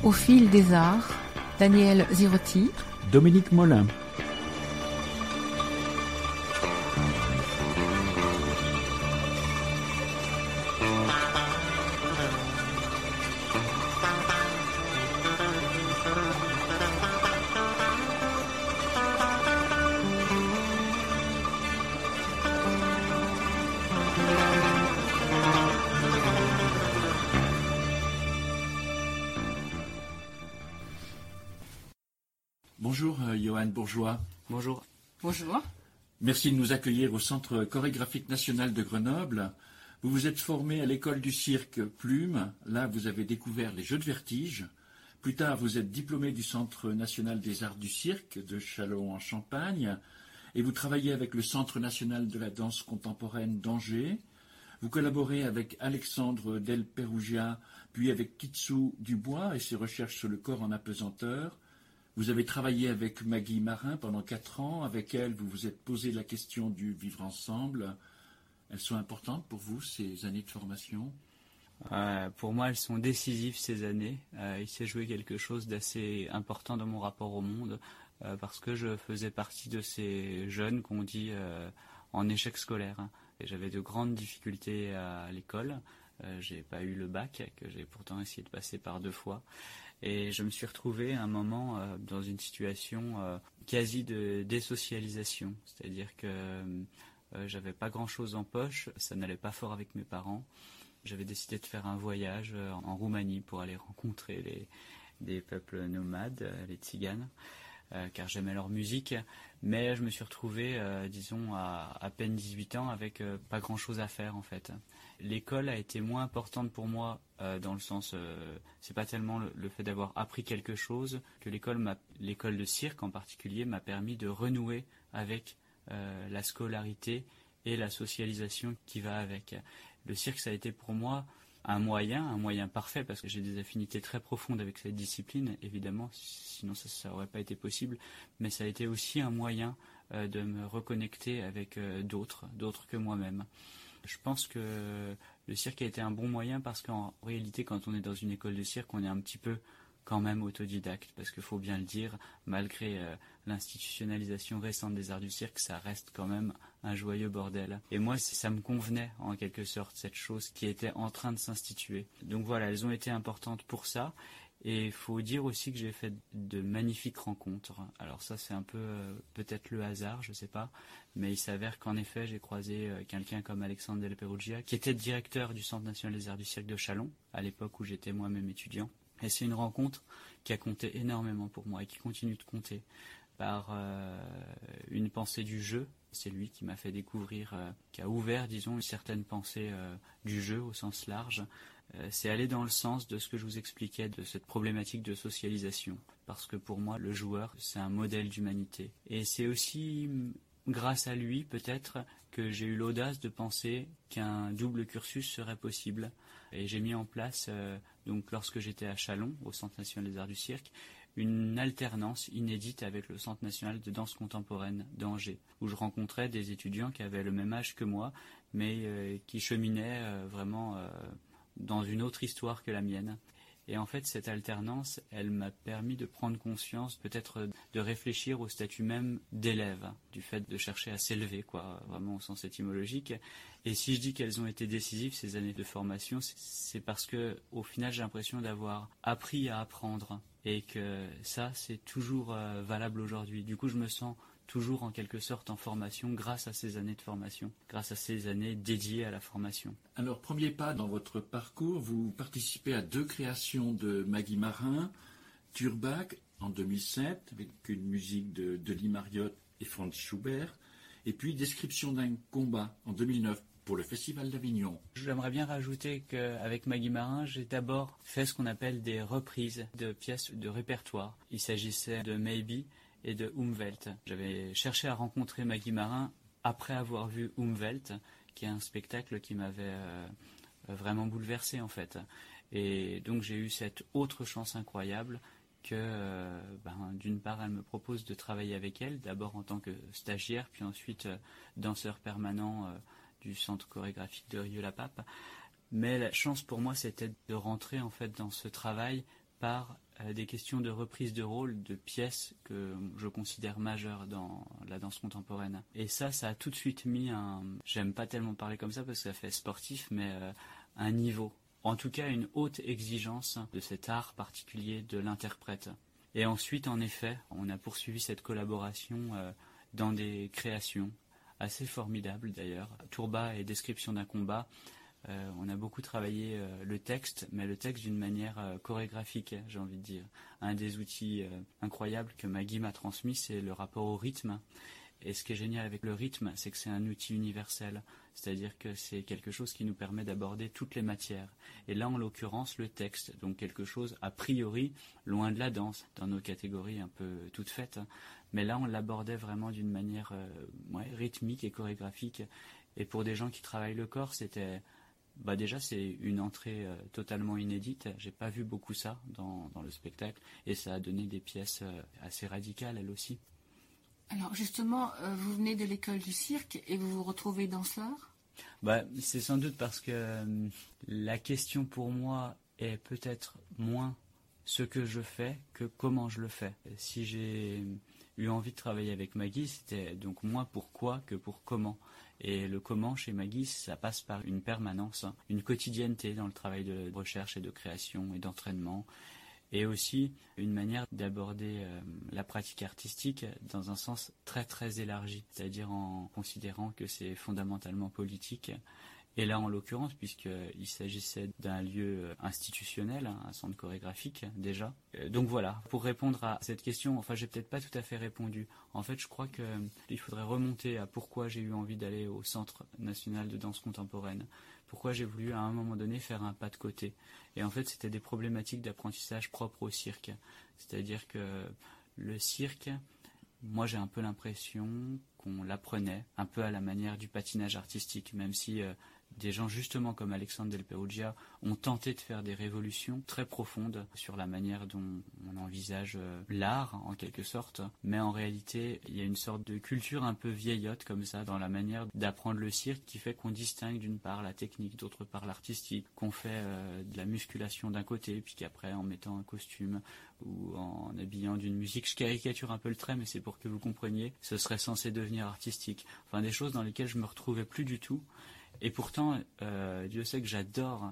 Au fil des arts, Daniel Zirotti, Dominique Molin. Bonjour Johan Bourgeois. Bonjour. Bonjour. Merci de nous accueillir au Centre chorégraphique national de Grenoble. Vous vous êtes formé à l'école du cirque Plume. Là, vous avez découvert les jeux de vertige. Plus tard, vous êtes diplômé du Centre national des arts du cirque de Châlons en Champagne. Et vous travaillez avec le Centre national de la danse contemporaine d'Angers. Vous collaborez avec Alexandre Del Perugia, puis avec Kitsu Dubois et ses recherches sur le corps en apesanteur. Vous avez travaillé avec Maggie Marin pendant 4 ans. Avec elle, vous vous êtes posé la question du vivre ensemble. Elles sont importantes pour vous, ces années de formation ? Pour moi, elles sont décisives, ces années. Il s'est joué quelque chose d'assez important dans mon rapport au monde, parce que je faisais partie de ces jeunes qu'on dit en échec scolaire. Et j'avais de grandes difficultés à l'école. J'ai pas eu le bac, que j'ai pourtant essayé de passer par 2 fois. Et je me suis retrouvé à un moment dans une situation quasi de désocialisation. C'est-à-dire que j'avais pas grand-chose en poche, ça n'allait pas fort avec mes parents. J'avais décidé de faire un voyage en Roumanie pour aller rencontrer des peuples nomades, les Tziganes, car j'aimais leur musique. Mais je me suis retrouvé, disons, à peine 18 ans avec pas grand-chose à faire en fait. L'école a été moins importante pour moi dans le sens, c'est pas tellement le fait d'avoir appris quelque chose que l'école de cirque en particulier m'a permis de renouer avec la scolarité et la socialisation qui va avec. Le cirque, ça a été pour moi un moyen parfait parce que j'ai des affinités très profondes avec cette discipline, évidemment, sinon ça aurait pas été possible, mais ça a été aussi un moyen de me reconnecter avec d'autres que moi-même. Je pense que le cirque a été un bon moyen parce qu'en réalité, quand on est dans une école de cirque, on est un petit peu quand même autodidacte, parce qu'il faut bien le dire, malgré l'institutionnalisation récente des arts du cirque, ça reste quand même un joyeux bordel. Et moi, ça me convenait en quelque sorte, cette chose qui était en train de s'instituer. Donc voilà, elles ont été importantes pour ça. Et il faut dire aussi que j'ai fait de magnifiques rencontres. Alors ça, c'est un peu peut-être le hasard, je sais pas. Mais il s'avère qu'en effet, j'ai croisé quelqu'un comme Alexandre Del Perugia, qui était directeur du Centre national des arts du cirque de Châlons, à l'époque où j'étais moi-même étudiant. Et c'est une rencontre qui a compté énormément pour moi et qui continue de compter par une pensée du jeu. C'est lui qui m'a fait découvrir, qui a ouvert, disons, une certaine pensée du jeu au sens large. C'est aller dans le sens de ce que je vous expliquais, de cette problématique de socialisation. Parce que pour moi, le joueur, c'est un modèle d'humanité. Et c'est aussi grâce à lui, peut-être, que j'ai eu l'audace de penser qu'un double cursus serait possible. Et j'ai mis en place, donc lorsque j'étais à Châlons, au Centre national des arts du cirque, une alternance inédite avec le Centre national de danse contemporaine d'Angers, où je rencontrais des étudiants qui avaient le même âge que moi, mais qui cheminaient vraiment dans une autre histoire que la mienne. Et en fait, cette alternance, elle m'a permis de prendre conscience, peut-être de réfléchir au statut même d'élève, du fait de chercher à s'élever, quoi, vraiment au sens étymologique. Et si je dis qu'elles ont été décisives, ces années de formation, c'est parce que, au final, j'ai l'impression d'avoir appris à apprendre. Et que ça, c'est toujours valable aujourd'hui. Du coup, je me sens toujours en quelque sorte en formation grâce à ces années de formation, grâce à ces années dédiées à la formation. Alors, premier pas dans votre parcours, vous participez à 2 créations de Maggie Marin, Turbach en 2007, avec une musique de Denis Mariotte et Franz Schubert, et puis Description d'un combat en 2009 pour le Festival d'Avignon. J'aimerais bien rajouter qu'avec Maggie Marin, j'ai d'abord fait ce qu'on appelle des reprises de pièces de répertoire. Il s'agissait de Maybe et de Umwelt. J'avais cherché à rencontrer Maggie Marin après avoir vu Umwelt, qui est un spectacle qui m'avait vraiment bouleversé en fait. Et donc j'ai eu cette autre chance incroyable que d'une part elle me propose de travailler avec elle, d'abord en tant que stagiaire, puis ensuite danseur permanent du centre chorégraphique de Rieux-la-Pape. Mais la chance pour moi c'était de rentrer en fait dans ce travail par des questions de reprise de rôle de pièces que je considère majeures dans la danse contemporaine. Et ça a tout de suite mis j'aime pas tellement parler comme ça parce que ça fait sportif, mais un niveau. En tout cas, une haute exigence de cet art particulier de l'interprète. Et ensuite, en effet, on a poursuivi cette collaboration dans des créations assez formidables d'ailleurs. Tourba et description d'un combat. On a beaucoup travaillé le texte, mais le texte d'une manière chorégraphique, j'ai envie de dire. Un des outils incroyables que Maggie m'a transmis, c'est le rapport au rythme. Et ce qui est génial avec le rythme, c'est que c'est un outil universel. C'est-à-dire que c'est quelque chose qui nous permet d'aborder toutes les matières. Et là, en l'occurrence, le texte. Donc quelque chose, a priori, loin de la danse, dans nos catégories un peu toutes faites. Mais là, on l'abordait vraiment d'une manière rythmique et chorégraphique. Et pour des gens qui travaillent le corps, c'était... déjà, c'est une entrée totalement inédite. J'ai pas vu beaucoup ça dans le spectacle. Et ça a donné des pièces assez radicales, elles aussi. Alors justement, vous venez de l'école du cirque et vous vous retrouvez danseur ? C'est sans doute parce que la question pour moi est peut-être moins ce que je fais que comment je le fais. Si j'ai eu envie de travailler avec Maggie, c'était donc moins pourquoi que pour comment. Et le comment chez Maggie, ça passe par une permanence, une quotidienneté dans le travail de recherche et de création et d'entraînement. Et aussi une manière d'aborder la pratique artistique dans un sens très très élargi, c'est-à-dire en considérant que c'est fondamentalement politique. Et là, en l'occurrence, puisqu'il s'agissait d'un lieu institutionnel, un centre chorégraphique déjà. Donc voilà, pour répondre à cette question, j'ai peut-être pas tout à fait répondu. En fait, je crois qu'il faudrait remonter à pourquoi j'ai eu envie d'aller au Centre national de danse contemporaine. Pourquoi j'ai voulu à un moment donné faire un pas de côté. Et en fait, c'était des problématiques d'apprentissage propres au cirque. C'est-à-dire que le cirque, moi j'ai un peu l'impression qu'on l'apprenait un peu à la manière du patinage artistique, même si des gens justement comme Alexandre Del Perugia ont tenté de faire des révolutions très profondes sur la manière dont on envisage l'art en quelque sorte, mais en réalité il y a une sorte de culture un peu vieillotte comme ça dans la manière d'apprendre le cirque qui fait qu'on distingue d'une part la technique, d'autre part l'artistique, qu'on fait de la musculation d'un côté, puis qu'après en mettant un costume ou en habillant d'une musique, je caricature un peu le trait mais c'est pour que vous compreniez, ce serait censé devenir artistique, des choses dans lesquelles je me retrouvais plus du tout. Et pourtant, Dieu sait que j'adore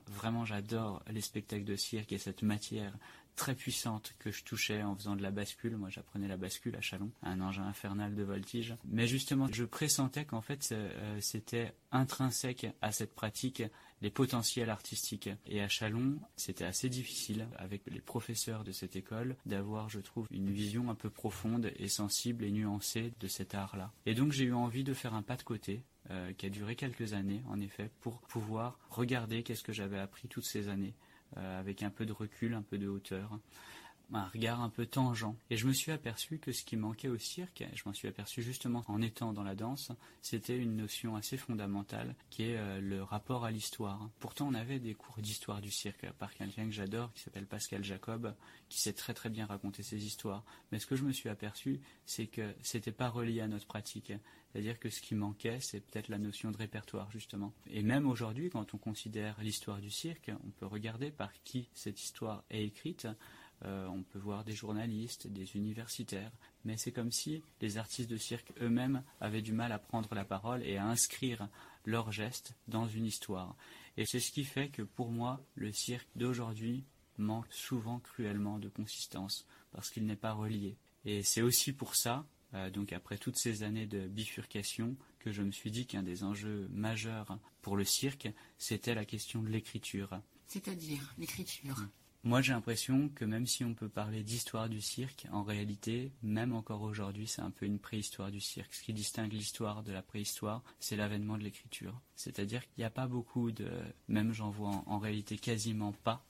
les spectacles de cirque et cette matière très puissante que je touchais en faisant de la bascule. Moi, j'apprenais la bascule à Châlons, un engin infernal de voltige. Mais justement, je pressentais qu'en fait, c'était intrinsèque à cette pratique les potentiels artistiques. Et à Châlons, c'était assez difficile, avec les professeurs de cette école, d'avoir, je trouve, une vision un peu profonde et sensible et nuancée de cet art-là. Et donc, j'ai eu envie de faire un pas de côté, qui a duré quelques années, en effet, pour pouvoir regarder qu'est-ce que j'avais appris toutes ces années, avec un peu de recul, un peu de hauteur, un regard un peu tangent. Et je me suis aperçu que ce qui manquait au cirque, et je m'en suis aperçu justement en étant dans la danse, c'était une notion assez fondamentale, qui est le rapport à l'histoire. Pourtant, on avait des cours d'histoire du cirque par quelqu'un que j'adore, qui s'appelle Pascal Jacob, qui sait très très bien raconter ses histoires. Mais ce que je me suis aperçu, c'est que c'était pas relié à notre pratique. C'est-à-dire que ce qui manquait, c'est peut-être la notion de répertoire, justement. Et même aujourd'hui, quand on considère l'histoire du cirque, on peut regarder par qui cette histoire est écrite. On peut voir des journalistes, des universitaires. Mais c'est comme si les artistes de cirque eux-mêmes avaient du mal à prendre la parole et à inscrire leurs gestes dans une histoire. Et c'est ce qui fait que, pour moi, le cirque d'aujourd'hui manque souvent cruellement de consistance, parce qu'il n'est pas relié. Et c'est aussi pour ça, donc après toutes ces années de bifurcation, que je me suis dit qu'un des enjeux majeurs pour le cirque, c'était la question de l'écriture. C'est-à-dire l'écriture. Moi, j'ai l'impression que même si on peut parler d'histoire du cirque, en réalité, même encore aujourd'hui, c'est un peu une préhistoire du cirque. Ce qui distingue l'histoire de la préhistoire, c'est l'avènement de l'écriture. C'est-à-dire qu'il n'y a pas beaucoup même j'en vois en réalité quasiment pas,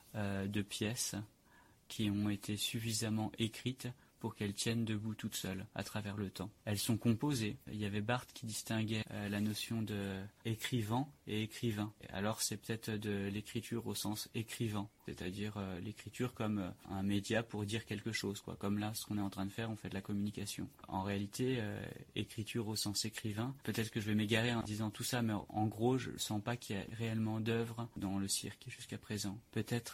de pièces qui ont été suffisamment écrites pour qu'elles tiennent debout toutes seules à travers le temps. Elles sont composées. Il y avait Barthes qui distinguait la notion de écrivant et écrivain. Alors c'est peut-être de l'écriture au sens écrivant, c'est-à-dire l'écriture comme un média pour dire quelque chose, quoi. Comme là, ce qu'on est en train de faire, on fait de la communication. En réalité, écriture au sens écrivain, peut-être que je vais m'égarer en disant tout ça, mais en gros, je ne sens pas qu'il y ait réellement d'œuvre dans le cirque jusqu'à présent. Peut-être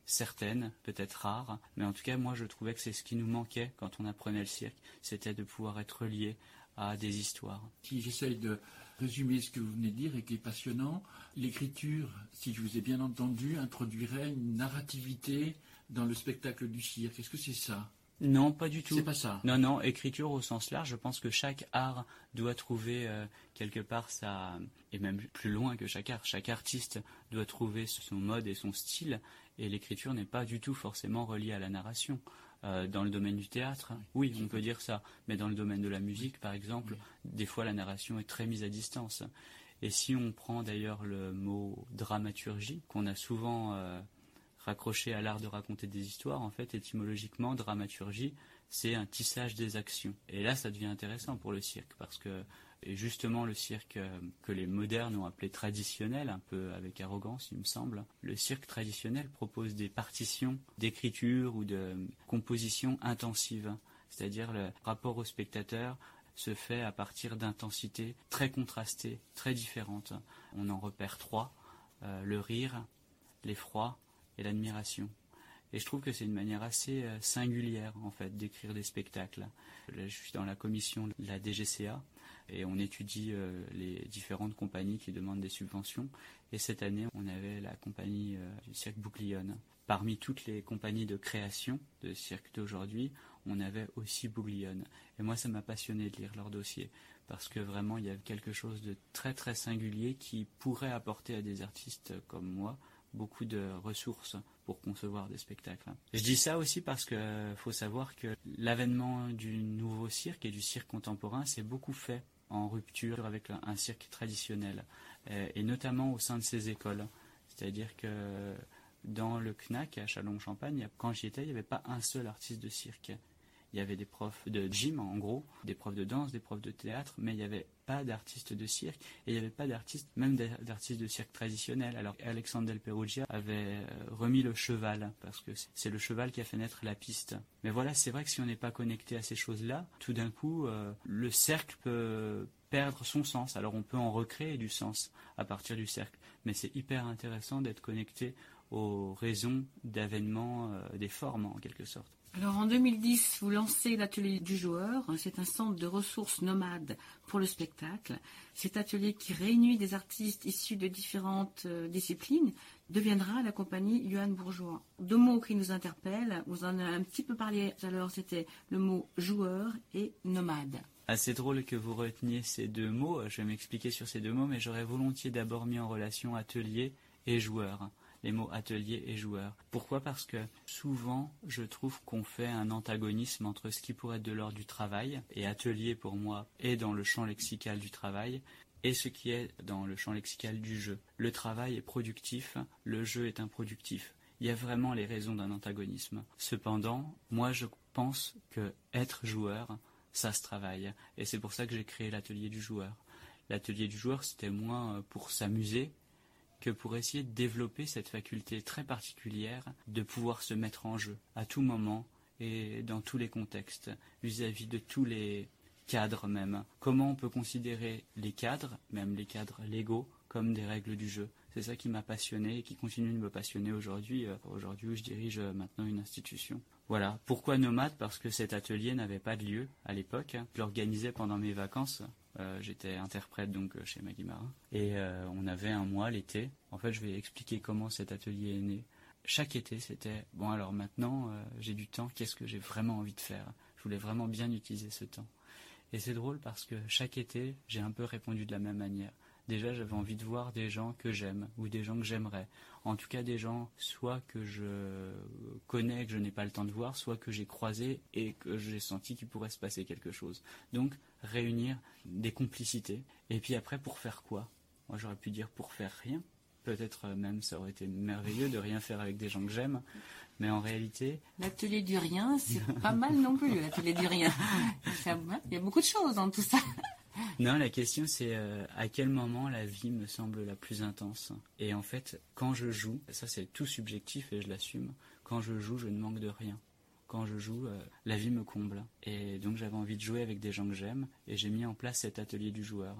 certaines, peut-être rares, mais en tout cas moi je trouvais que c'est ce qui nous manquait quand on apprenait le cirque, c'était de pouvoir être lié à des histoires. Si j'essaye de résumer ce que vous venez de dire et qui est passionnant, l'écriture, si je vous ai bien entendu, introduirait une narrativité dans le spectacle du cirque. Est-ce que c'est ça? Non, pas du tout. C'est pas ça. Non, écriture au sens large, je pense que chaque art doit trouver quelque part sa... Et même plus loin que chaque art, chaque artiste doit trouver son mode et son style, et l'écriture n'est pas du tout forcément reliée à la narration. Dans le domaine du théâtre, oui, on peut dire ça, mais dans le domaine de la musique, par exemple, des fois la narration est très mise à distance. Et si on prend d'ailleurs le mot dramaturgie, qu'on a souvent raccroché à l'art de raconter des histoires, en fait, étymologiquement, dramaturgie, c'est un tissage des actions. Et là, ça devient intéressant pour le cirque, parce que et justement le cirque que les modernes ont appelé traditionnel, un peu avec arrogance, il me semble, le cirque traditionnel propose des partitions d'écriture ou de composition intensive, c'est-à-dire le rapport au spectateur se fait à partir d'intensités très contrastées, très différentes. On en repère trois, le rire, l'effroi et l'admiration. Et je trouve que c'est une manière assez singulière, en fait, d'écrire des spectacles. Là, je suis dans la commission de la DGCA et on étudie les différentes compagnies qui demandent des subventions. Et cette année, on avait la compagnie du cirque Bouglione. Parmi toutes les compagnies de création de cirque d'aujourd'hui, on avait aussi Bouglione. Et moi, ça m'a passionné de lire leur dossier, parce que vraiment, il y avait quelque chose de très très singulier qui pourrait apporter à des artistes comme moi beaucoup de ressources pour concevoir des spectacles. Je dis ça aussi parce que faut savoir que l'avènement du nouveau cirque et du cirque contemporain s'est beaucoup fait en rupture avec un cirque traditionnel, et notamment au sein de ces écoles. C'est-à-dire que dans le CNAC à Châlons-en-Champagne, quand j'y étais, il n'y avait pas un seul artiste de cirque. Il y avait des profs de gym, en gros, des profs de danse, des profs de théâtre, mais il n'y avait pas d'artistes de cirque, et il n'y avait pas d'artistes, même d'artistes de cirque traditionnel. Alors Alexandre Del Perugia avait remis le cheval, parce que c'est le cheval qui a fait naître la piste. Mais voilà, c'est vrai que si on n'est pas connecté à ces choses-là, tout d'un coup, le cercle peut perdre son sens. Alors on peut en recréer du sens à partir du cercle, mais c'est hyper intéressant d'être connecté aux raisons d'avènement des formes, en quelque sorte. Alors en 2010, vous lancez l'atelier du joueur. C'est un centre de ressources nomades pour le spectacle. Cet atelier qui réunit des artistes issus de différentes disciplines deviendra la compagnie Johan Bourgeois. Deux mots qui nous interpellent, vous en avez un petit peu parlé tout à l'heure, c'était le mot joueur et nomade. C'est drôle que vous reteniez ces deux mots. Je vais m'expliquer sur ces deux mots, mais j'aurais volontiers d'abord mis en relation atelier et joueur. Les mots atelier et joueur. Pourquoi ? Parce que souvent, je trouve qu'on fait un antagonisme entre ce qui pourrait être de l'ordre du travail, et atelier pour moi est dans le champ lexical du travail, et ce qui est dans le champ lexical du jeu. Le travail est productif, le jeu est improductif. Il y a vraiment les raisons d'un antagonisme. Cependant, moi je pense que être joueur, ça se travaille. Et c'est pour ça que j'ai créé l'atelier du joueur. L'atelier du joueur, c'était moins pour s'amuser, que pour essayer de développer cette faculté très particulière de pouvoir se mettre en jeu à tout moment et dans tous les contextes, vis-à-vis de tous les cadres même. Comment on peut considérer les cadres, même les cadres légaux, comme des règles du jeu. C'est ça qui m'a passionné et qui continue de me passionner aujourd'hui où je dirige maintenant une institution. Voilà. Pourquoi nomade ? Parce que cet atelier n'avait pas de lieu à l'époque. Je l'organisais pendant mes vacances. J'étais interprète donc chez Maggie Marin. Et on avait un mois l'été. En fait, je vais expliquer comment cet atelier est né. Chaque été, c'était, bon alors maintenant, j'ai du temps, qu'est-ce que j'ai vraiment envie de faire ? Je voulais vraiment bien utiliser ce temps. Et c'est drôle parce que chaque été, j'ai un peu répondu de la même manière. Déjà, j'avais envie de voir des gens que j'aime ou des gens que j'aimerais. En tout cas, des gens soit que je connais et que je n'ai pas le temps de voir, soit que j'ai croisé et que j'ai senti qu'il pourrait se passer quelque chose. Donc, réunir des complicités. Et puis après, pour faire quoi ? Moi, j'aurais pu dire pour faire rien. Peut-être même ça aurait été merveilleux de rien faire avec des gens que j'aime. Mais en réalité... L'atelier du rien, c'est pas mal non plus, l'atelier du rien. Il y a beaucoup de choses dans tout ça. Non, la question c'est à quel moment la vie me semble la plus intense. Et en fait, quand je joue, ça c'est tout subjectif et je l'assume, quand je joue, je ne manque de rien. Quand je joue, la vie me comble. Et donc j'avais envie de jouer avec des gens que j'aime et j'ai mis en place cet atelier du joueur.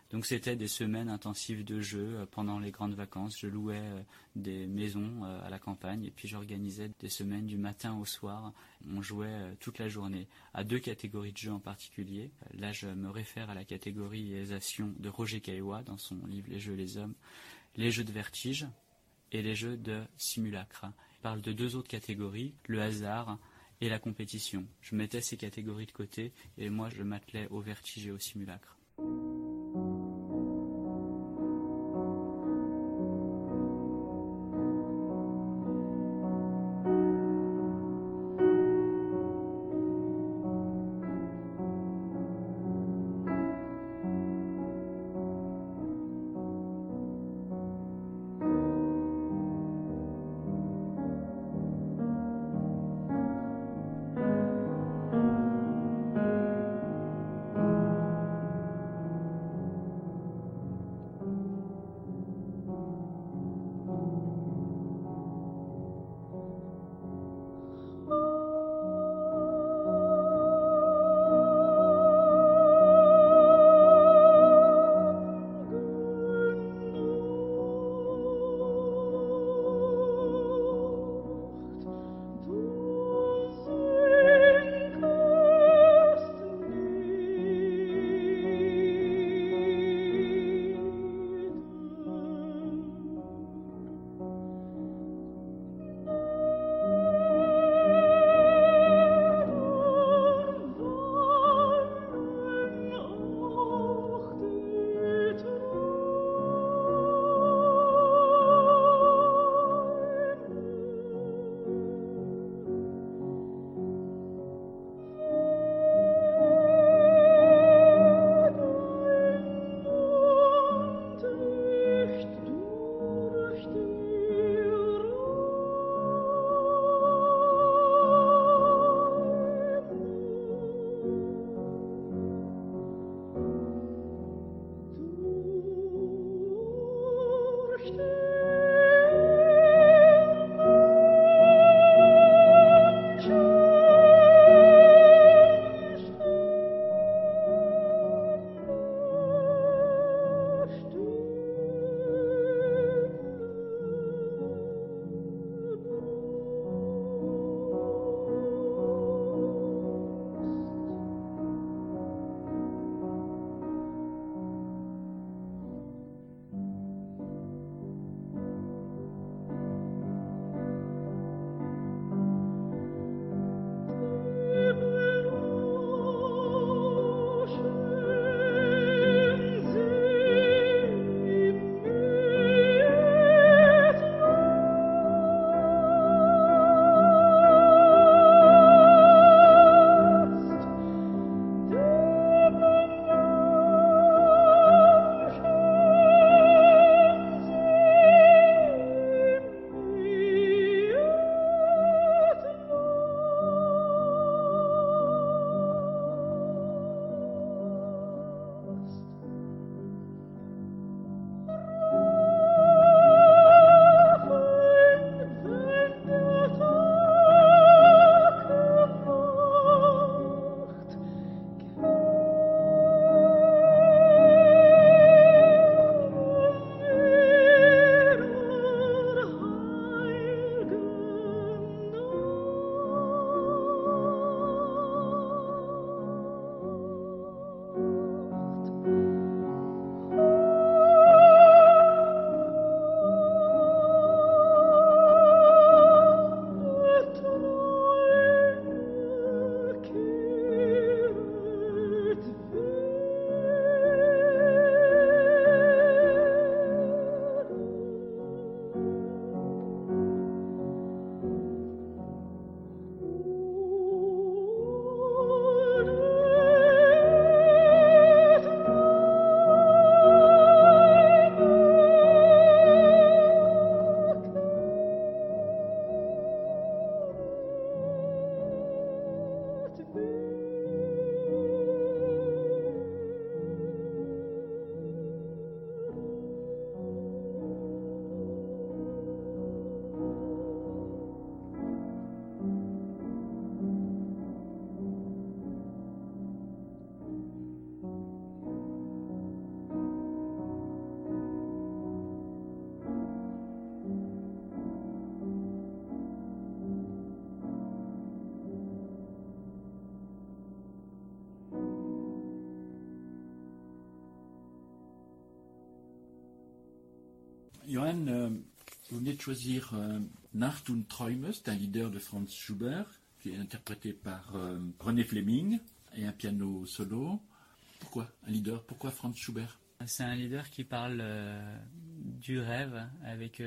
Donc c'était des semaines intensives de jeu pendant les grandes vacances. Je louais des maisons à la campagne et puis j'organisais des semaines du matin au soir. On jouait toute la journée à 2 catégories de jeux en particulier. Là, je me réfère à la catégorisation de Roger Caillois dans son livre Les jeux et les hommes, les jeux de vertige et les jeux de simulacre. Il parle de 2 autres catégories, le hasard et la compétition. Je mettais ces catégories de côté et moi je m'attelais au vertige et au simulacre. Johann, vous venez de choisir Nacht und Träume, c'est un leader de Franz Schubert, qui est interprété par René Fleming, et un piano solo. Pourquoi un leader? Pourquoi Franz Schubert? C'est un leader qui parle du rêve avec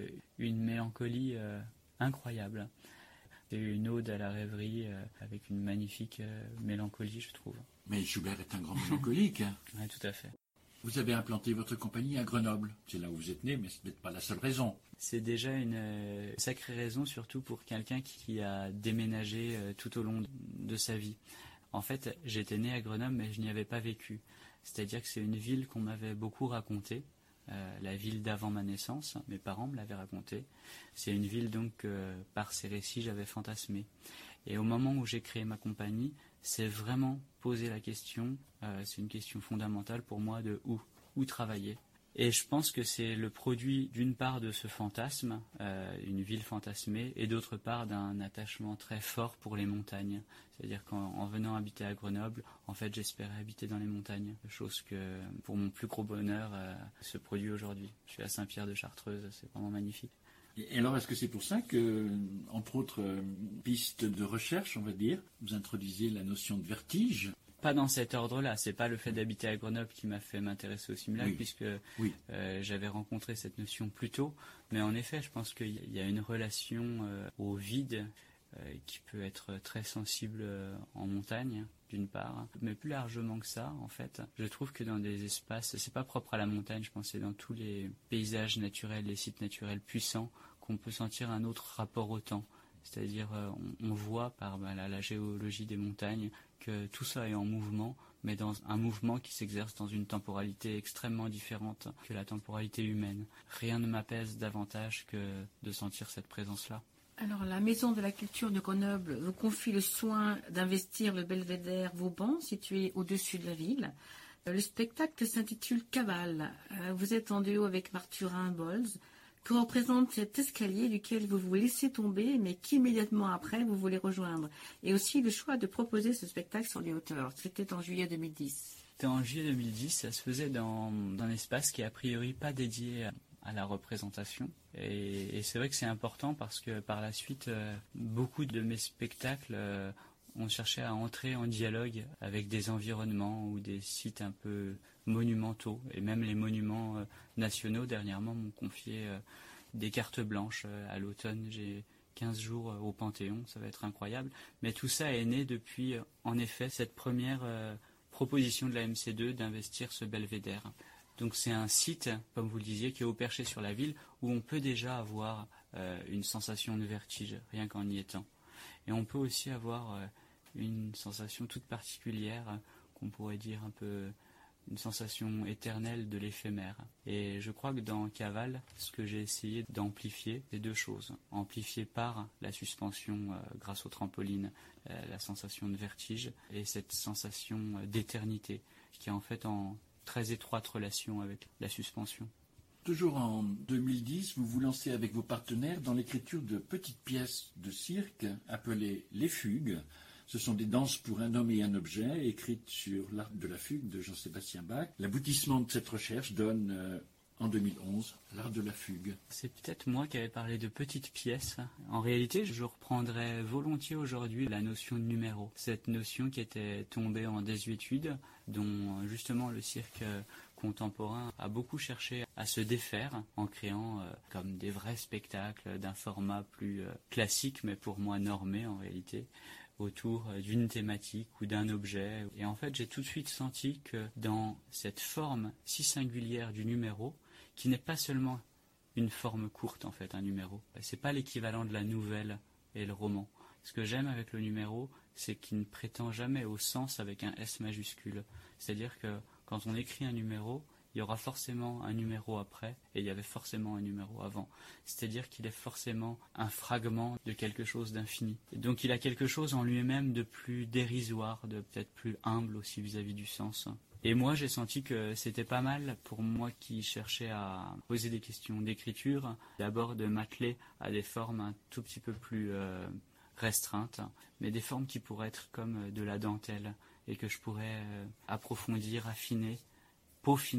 une mélancolie incroyable. C'est une ode à la rêverie avec une magnifique mélancolie, je trouve. Mais Schubert est un grand mélancolique. Oui, tout à fait. Vous avez implanté votre compagnie à Grenoble. C'est là où vous êtes né, mais ce n'est pas la seule raison. C'est déjà une sacrée raison, surtout pour quelqu'un qui a déménagé tout au long de sa vie. En fait, j'étais né à Grenoble, mais je n'y avais pas vécu. C'est-à-dire que c'est une ville qu'on m'avait beaucoup racontée, la ville d'avant ma naissance. Mes parents me l'avaient racontée. C'est une ville donc par ces récits j'avais fantasmé. Et au moment où j'ai créé ma compagnie, c'est vraiment poser la question, c'est une question fondamentale pour moi de où travailler. Et je pense que c'est le produit d'une part de ce fantasme, une ville fantasmée, et d'autre part d'un attachement très fort pour les montagnes. C'est-à-dire qu'en venant habiter à Grenoble, en fait j'espérais habiter dans les montagnes, chose que pour mon plus gros bonheur se produit aujourd'hui. Je suis à Saint-Pierre-de-Chartreuse, c'est vraiment magnifique. Et alors, est-ce que c'est pour ça que, entre autres pistes de recherche, on va dire, vous introduisez la notion de vertige? Pas dans cet ordre-là, c'est pas le fait d'habiter à Grenoble qui m'a fait m'intéresser au simulacre, puisque j'avais rencontré cette notion plus tôt. Mais en effet, je pense qu'il y a une relation au vide qui peut être très sensible en montagne, d'une part. Mais plus largement que ça, en fait, je trouve que dans des espaces, c'est pas propre à la montagne, je pense que c'est dans tous les paysages naturels, les sites naturels puissants, qu'on peut sentir un autre rapport au temps. C'est-à-dire, on voit par la géologie des montagnes que tout ça est en mouvement, mais dans un mouvement qui s'exerce dans une temporalité extrêmement différente que la temporalité humaine. Rien ne m'apaise davantage que de sentir cette présence-là. Alors, la Maison de la Culture de Grenoble vous confie le soin d'investir le belvédère Vauban, situé au-dessus de la ville. Le spectacle s'intitule Cavale. Vous êtes en duo avec Mathurin Bolz. Que représente cet escalier duquel vous vous laissez tomber, mais qu'immédiatement après vous voulez rejoindre. Et aussi le choix de proposer ce spectacle sur les hauteurs. C'était en juillet 2010. C'était en juillet 2010, ça se faisait dans un espace qui est a priori pas dédié à la représentation. Et c'est vrai que c'est important parce que par la suite, beaucoup de mes spectacles ont cherché à entrer en dialogue avec des environnements ou des sites un peu monumentaux. Et même les monuments nationaux, dernièrement, m'ont confié des cartes blanches. À l'automne, j'ai 15 jours au Panthéon, ça va être incroyable. Mais tout ça est né depuis, en effet, cette première proposition de la MC2 d'investir ce belvédère. Donc c'est un site, comme vous le disiez, qui est au perché sur la ville, où on peut déjà avoir une sensation de vertige, rien qu'en y étant. Et on peut aussi avoir une sensation toute particulière, qu'on pourrait dire un peu une sensation éternelle de l'éphémère. Et je crois que dans Cavale, ce que j'ai essayé d'amplifier, c'est deux choses. Amplifier par la suspension grâce aux trampolines, la sensation de vertige, et cette sensation d'éternité, qui est en fait en très étroite relation avec la suspension. Toujours en 2010, vous vous lancez avec vos partenaires dans l'écriture de petites pièces de cirque appelées Les Fugues. Ce sont des danses pour un homme et un objet, écrites sur l'art de la fugue de Jean-Sébastien Bach. L'aboutissement de cette recherche donne, en 2011, l'art de la fugue. C'est peut-être moi qui avais parlé de petites pièces. En réalité, je reprendrais volontiers aujourd'hui la notion de numéro. Cette notion qui était tombée en désuétude, dont justement le cirque contemporain a beaucoup cherché à se défaire en créant comme des vrais spectacles d'un format plus classique, mais pour moi normé en réalité, autour d'une thématique ou d'un objet. Et en fait, j'ai tout de suite senti que dans cette forme si singulière du numéro, qui n'est pas seulement une forme courte en fait, un numéro, c'est pas l'équivalent de la nouvelle et le roman. Ce que j'aime avec le numéro, c'est qu'il ne prétend jamais au sens avec un S majuscule. C'est-à-dire que quand on écrit un numéro, il y aura forcément un numéro après, et il y avait forcément un numéro avant. C'est-à-dire qu'il est forcément un fragment de quelque chose d'infini. Et donc il a quelque chose en lui-même de plus dérisoire, de peut-être plus humble aussi vis-à-vis du sens. Et moi j'ai senti que c'était pas mal pour moi qui cherchais à poser des questions d'écriture, d'abord de m'atteler à des formes un tout petit peu plus restreintes, mais des formes qui pourraient être comme de la dentelle, et que je pourrais approfondir, affiner, peaufiner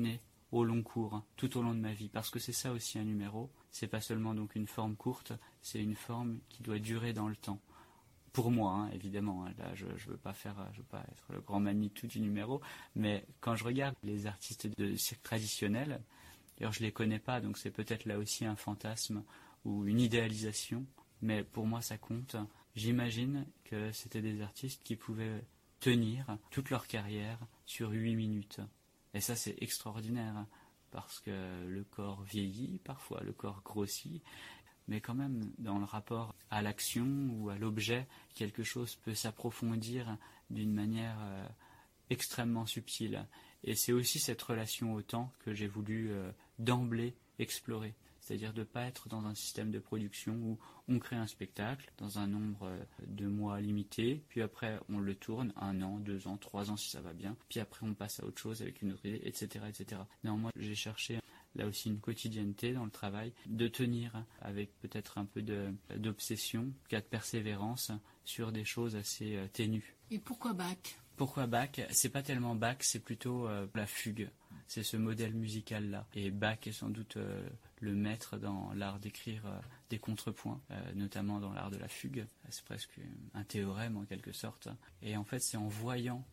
au long cours, tout au long de ma vie, parce que c'est ça aussi un numéro. C'est pas seulement donc une forme courte, c'est une forme qui doit durer dans le temps. Pour moi, évidemment, là je veux pas être le grand Manitou du numéro, mais quand je regarde les artistes de cirque traditionnel, d'ailleurs je les connais pas, donc c'est peut-être là aussi un fantasme ou une idéalisation, mais pour moi ça compte. J'imagine que c'était des artistes qui pouvaient tenir toute leur carrière sur 8 minutes. Et ça c'est extraordinaire, parce que le corps vieillit, parfois le corps grossit, mais quand même dans le rapport à l'action ou à l'objet, quelque chose peut s'approfondir d'une manière extrêmement subtile. Et c'est aussi cette relation au temps que j'ai voulu d'emblée explorer. C'est-à-dire de ne pas être dans un système de production où on crée un spectacle dans un nombre de mois limité, puis après on le tourne 1 an, 2 ans, 3 ans si ça va bien, puis après on passe à autre chose avec une autre idée, etc. etc. Non, moi j'ai cherché là aussi une quotidienneté dans le travail, de tenir avec peut-être un peu d'obsession, de persévérance sur des choses assez ténues. Et pourquoi Bach ? Pourquoi Bach ? C'est pas tellement Bach, c'est plutôt la fugue. C'est ce modèle musical-là. Et Bach est sans doute le maître dans l'art d'écrire des contrepoints, notamment dans l'art de la fugue. C'est presque un théorème en quelque sorte. Et en fait, c'est en voyant,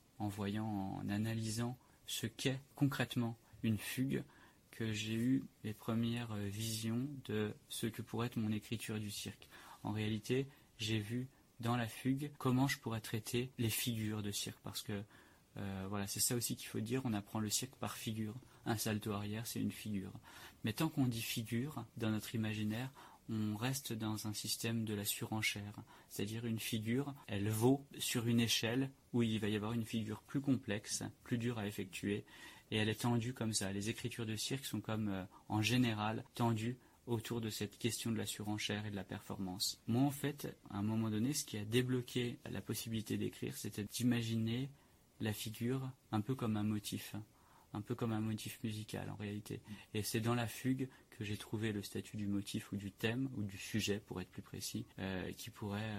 en analysant ce qu'est concrètement une fugue, que j'ai eu les premières visions de ce que pourrait être mon écriture du cirque. En réalité, j'ai vu dans la fugue comment je pourrais traiter les figures de cirque, parce que voilà, c'est ça aussi qu'il faut dire, on apprend le cirque par figure. Un salto arrière, c'est une figure. Mais tant qu'on dit figure, dans notre imaginaire, on reste dans un système de la surenchère. C'est-à-dire une figure, elle vaut sur une échelle où il va y avoir une figure plus complexe, plus dure à effectuer, et elle est tendue comme ça. Les écritures de cirque sont comme, en général, tendues autour de cette question de la surenchère et de la performance. Moi, en fait, à un moment donné, ce qui a débloqué la possibilité d'écrire, c'était d'imaginer la figure un peu comme un motif musical en réalité. Et c'est dans la fugue que j'ai trouvé le statut du motif ou du thème ou du sujet, pour être plus précis, qui pourrait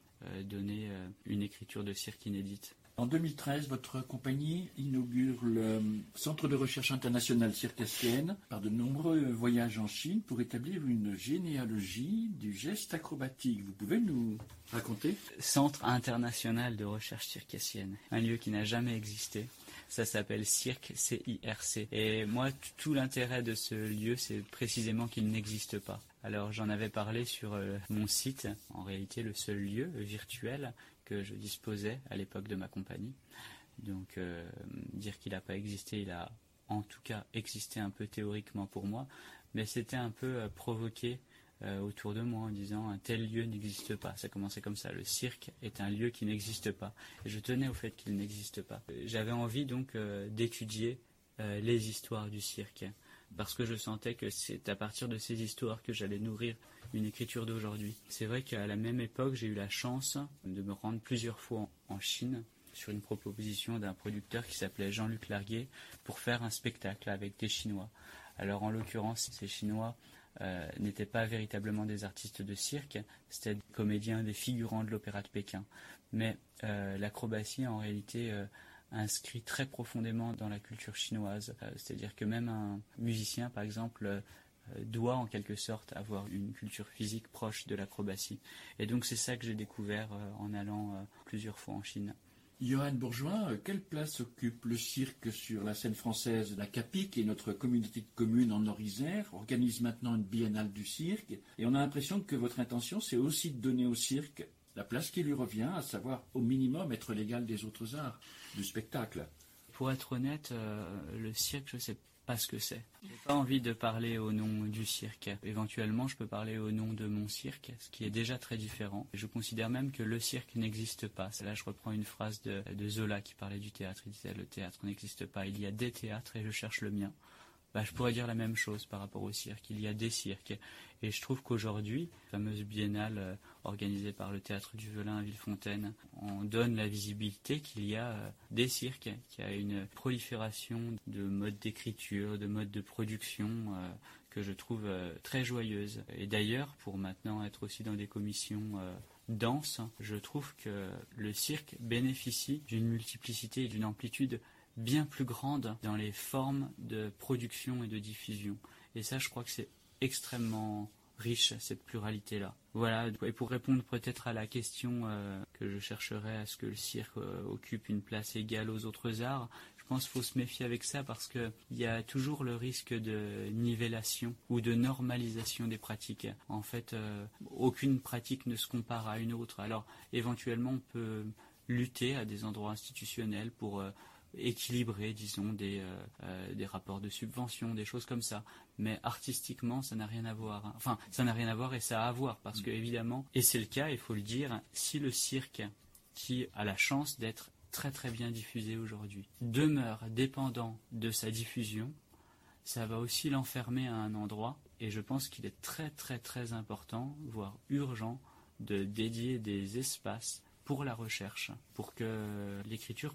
donner une écriture de cirque inédite. En 2013, votre compagnie inaugure le Centre de recherche international circassienne par de nombreux voyages en Chine pour établir une généalogie du geste acrobatique. Vous pouvez nous raconter ? Centre international de recherche circassienne, un lieu qui n'a jamais existé. Ça s'appelle Cirque, C-I-R-C. Et moi, tout l'intérêt de ce lieu, c'est précisément qu'il n'existe pas. Alors j'en avais parlé sur mon site, en réalité le seul lieu virtuel que je disposais à l'époque de ma compagnie. Donc dire qu'il n'a pas existé, il a en tout cas existé un peu théoriquement pour moi, mais c'était un peu provoqué autour de moi en disant un tel lieu n'existe pas. Ça commençait comme ça, le cirque est un lieu qui n'existe pas. Et je tenais au fait qu'il n'existe pas. J'avais envie donc d'étudier les histoires du cirque, parce que je sentais que c'est à partir de ces histoires que j'allais nourrir une écriture d'aujourd'hui. C'est vrai qu'à la même époque, j'ai eu la chance de me rendre plusieurs fois en Chine sur une proposition d'un producteur qui s'appelait Jean-Luc Larguet pour faire un spectacle avec des Chinois. Alors en l'occurrence, ces Chinois n'étaient pas véritablement des artistes de cirque, c'était des comédiens, des figurants de l'opéra de Pékin. Mais l'acrobatie en réalité inscrit très profondément dans la culture chinoise. C'est-à-dire que même un musicien, par exemple, doit en quelque sorte avoir une culture physique proche de l'acrobatie. Et donc c'est ça que j'ai découvert en allant plusieurs fois en Chine. Johan Bourgeois, quelle place occupe le cirque sur la scène française ? La CAPI, qui est notre communauté de communes en Nord-Isère, organise maintenant une biennale du cirque. Et on a l'impression que votre intention, c'est aussi de donner au cirque la place qui lui revient, à savoir au minimum être l'égal des autres arts du spectacle. Pour être honnête, le cirque, je ne sais pas ce que c'est. Je n'ai pas envie de parler au nom du cirque. Éventuellement, je peux parler au nom de mon cirque, ce qui est déjà très différent. Je considère même que le cirque n'existe pas. Là, je reprends une phrase de Zola qui parlait du théâtre. Il disait « Le théâtre n'existe pas, il y a des théâtres et je cherche le mien ». Je pourrais dire la même chose par rapport au cirque. Il y a des cirques. Et je trouve qu'aujourd'hui, la fameuse biennale organisée par le Théâtre du Velin à Villefontaine, on donne la visibilité qu'il y a des cirques, qu'il y a une prolifération de modes d'écriture, de modes de production que je trouve très joyeuse. Et d'ailleurs, pour maintenant être aussi dans des commissions denses, je trouve que le cirque bénéficie d'une multiplicité et d'une amplitude bien plus grande dans les formes de production et de diffusion. Et ça, je crois que c'est extrêmement riche, cette pluralité-là. Voilà, et pour répondre peut-être à la question que je chercherais à ce que le cirque occupe une place égale aux autres arts, je pense qu'il faut se méfier avec ça parce qu'il y a toujours le risque de nivellation ou de normalisation des pratiques. En fait, aucune pratique ne se compare à une autre. Alors, éventuellement, on peut lutter à des endroits institutionnels pour équilibrer, disons, des rapports de subvention, des choses comme ça. Mais artistiquement, ça n'a rien à voir. Enfin, ça n'a rien à voir et ça a à voir parce que, évidemment, et c'est le cas, il faut le dire, si le cirque, qui a la chance d'être très très bien diffusé aujourd'hui, demeure dépendant de sa diffusion, ça va aussi l'enfermer à un endroit et je pense qu'il est très très très important, voire urgent, de dédier des espaces pour la recherche, pour que les écritures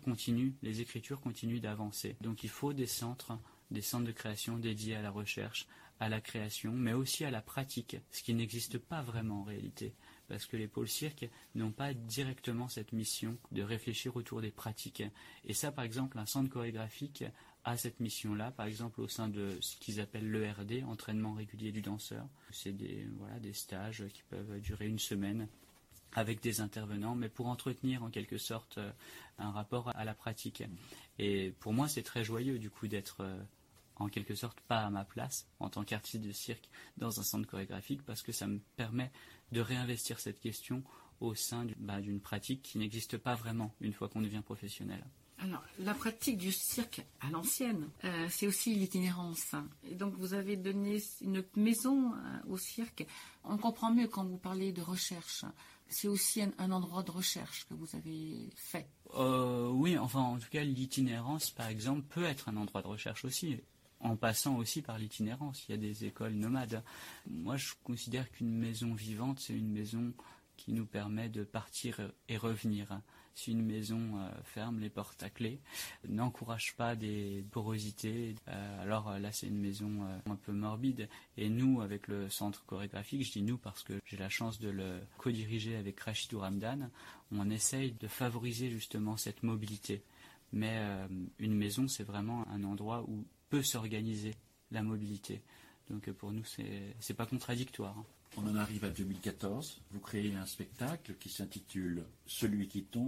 continuent d'avancer. Donc il faut des centres de création dédiés à la recherche, à la création, mais aussi à la pratique, ce qui n'existe pas vraiment en réalité, parce que les pôles cirques n'ont pas directement cette mission de réfléchir autour des pratiques. Et ça, par exemple, un centre chorégraphique a cette mission-là, par exemple au sein de ce qu'ils appellent l'ERD, entraînement régulier du danseur. C'est des stages qui peuvent durer une semaine, avec des intervenants, mais pour entretenir en quelque sorte un rapport à la pratique. Et pour moi, c'est très joyeux du coup d'être en quelque sorte pas à ma place en tant qu'artiste de cirque dans un centre chorégraphique parce que ça me permet de réinvestir cette question au sein d'une pratique qui n'existe pas vraiment une fois qu'on devient professionnel. Alors, la pratique du cirque à l'ancienne, c'est aussi l'itinérance. Et donc, vous avez donné une maison au cirque. On comprend mieux quand vous parlez de recherche. C'est aussi un endroit de recherche que vous avez fait. Oui, enfin, en tout cas, l'itinérance, par exemple, peut être un endroit de recherche aussi, en passant aussi par l'itinérance. Il y a des écoles nomades. Moi, je considère qu'une maison vivante, c'est une maison qui nous permet de partir et revenir. Si une maison ferme les portes à clé, n'encourage pas des porosités, alors là c'est une maison un peu morbide. Et nous, avec le centre chorégraphique, je dis nous parce que j'ai la chance de le co-diriger avec Rachidou Ramdan, on essaye de favoriser justement cette mobilité. Mais une maison, c'est vraiment un endroit où peut s'organiser la mobilité. Donc pour nous, c'est pas contradictoire. On en arrive à 2014. Vous créez un spectacle qui s'intitule « Celui qui tombe ».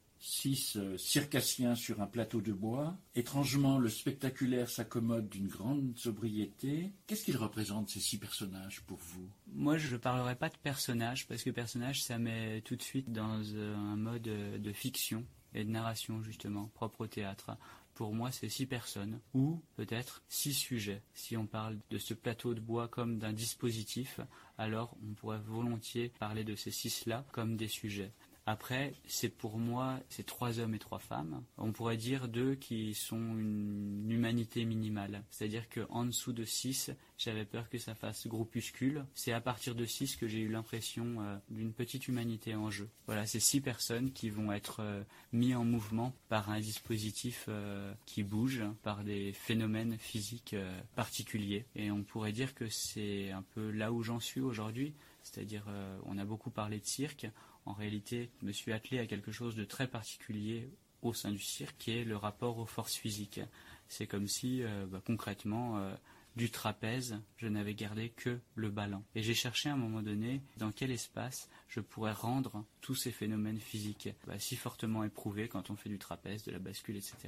6 circassiens sur un plateau de bois. Étrangement, le spectaculaire s'accommode d'une grande sobriété. Qu'est-ce qu'ils représentent, ces 6 personnages, pour vous ? Moi, je ne parlerai pas de personnages, parce que personnage, ça met tout de suite dans un mode de fiction et de narration, justement, propre au théâtre. Pour moi, c'est 6 personnes, ou peut-être 6 sujets. Si on parle de ce plateau de bois comme d'un dispositif, alors on pourrait volontiers parler de ces 6-là comme des sujets. Après, c'est pour moi, c'est 3 hommes et 3 femmes. On pourrait dire d'eux qui sont une humanité minimale. C'est-à-dire qu'en dessous de 6, j'avais peur que ça fasse groupuscule. C'est à partir de 6 que j'ai eu l'impression d'une petite humanité en jeu. Voilà, c'est 6 personnes qui vont être mis en mouvement par un dispositif qui bouge, par des phénomènes physiques particuliers. Et on pourrait dire que c'est un peu là où j'en suis aujourd'hui. C'est-à-dire, on a beaucoup parlé de cirque. En réalité, je me suis attelé à quelque chose de très particulier au sein du cirque, qui est le rapport aux forces physiques. C'est comme si, concrètement, du trapèze, je n'avais gardé que le ballon. Et j'ai cherché à un moment donné dans quel espace je pourrais rendre tous ces phénomènes physiques si fortement éprouvés quand on fait du trapèze, de la bascule, etc.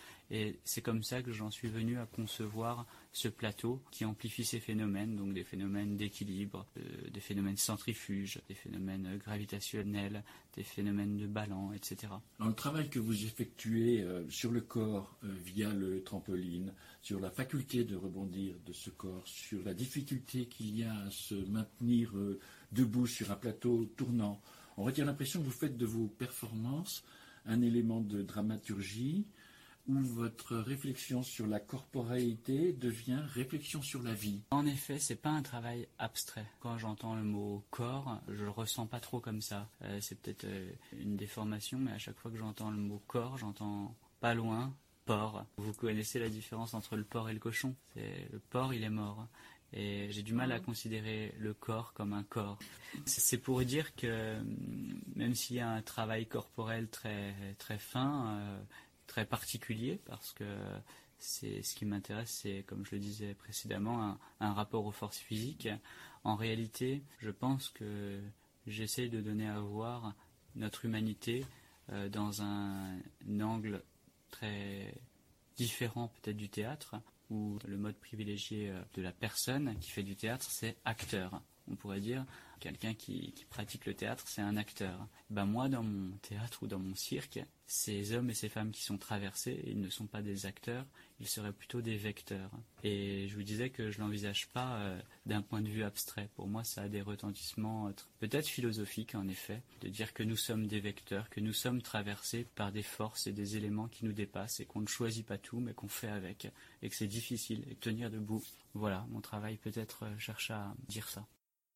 Et c'est comme ça que j'en suis venu à concevoir ce plateau qui amplifie ces phénomènes, donc des phénomènes d'équilibre, des phénomènes centrifuges, des phénomènes gravitationnels, des phénomènes de ballon, etc. Dans le travail que vous effectuez sur le corps via le trampoline, sur la faculté de rebondir de ce corps, sur la difficulté qu'il y a à se maintenir debout sur un plateau tournant, on retient l'impression que vous faites de vos performances un élément de dramaturgie où votre réflexion sur la corporéité devient réflexion sur la vie. En effet, c'est pas un travail abstrait. Quand j'entends le mot corps, je le ressens pas trop comme ça. C'est peut-être une déformation, mais à chaque fois que j'entends le mot corps, j'entends pas loin porc. Vous connaissez la différence entre le porc et le cochon. Le porc, il est mort. Et j'ai du mal à considérer le corps comme un corps. C'est pour dire que même s'il y a un travail corporel très, très fin, très particulier parce que ce qui m'intéresse, c'est, comme je le disais précédemment, un rapport aux forces physiques. En réalité, je pense que j'essaye de donner à voir notre humanité dans un angle très différent peut-être du théâtre, où le mode privilégié de la personne qui fait du théâtre, c'est acteur. On pourrait dire, quelqu'un qui pratique le théâtre, c'est un acteur. Moi, dans mon théâtre ou dans mon cirque, ces hommes et ces femmes qui sont traversés, ils ne sont pas des acteurs, ils seraient plutôt des vecteurs. Et je vous disais que je ne l'envisage pas d'un point de vue abstrait. Pour moi, ça a des retentissements peut-être philosophiques, en effet, de dire que nous sommes des vecteurs, que nous sommes traversés par des forces et des éléments qui nous dépassent et qu'on ne choisit pas tout, mais qu'on fait avec, et que c'est difficile, et tenir debout. Voilà, mon travail peut-être cherche à dire ça.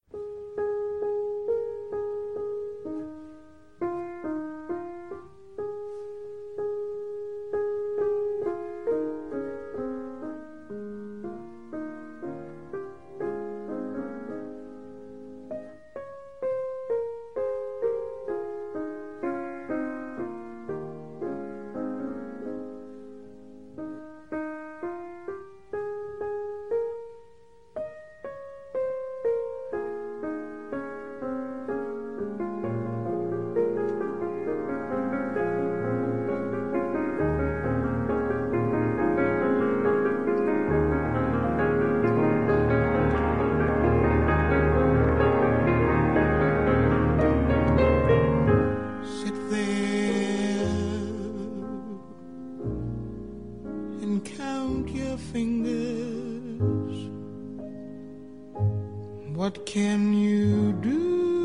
What can you do?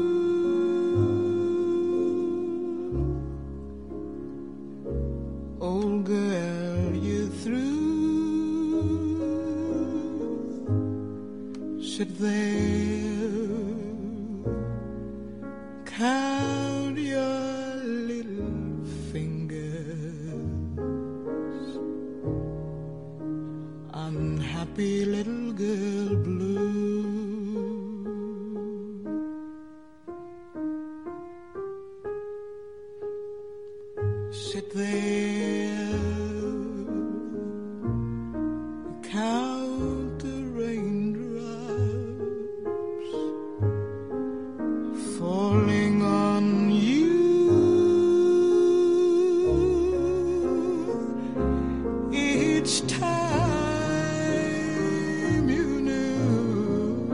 Old girl, you're through. Sit there, count your little fingers. Unhappy little girl blue. Sit there, count the raindrops falling on you. Each time you knew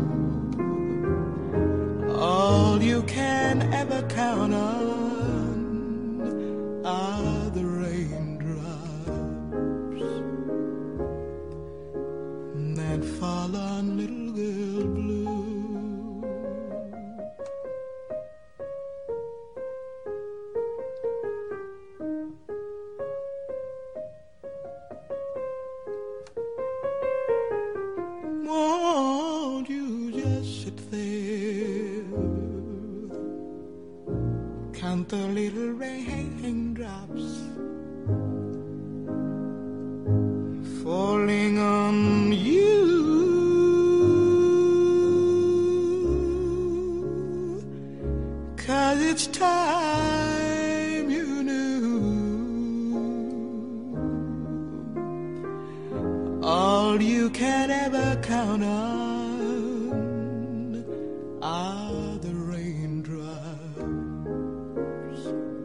all you can ever count on are the raindrops that fall on little girl blue. Won't you just sit there, count the little raindrops falling on you. 'Cause it's time you knew all you can ever count on are the raindrops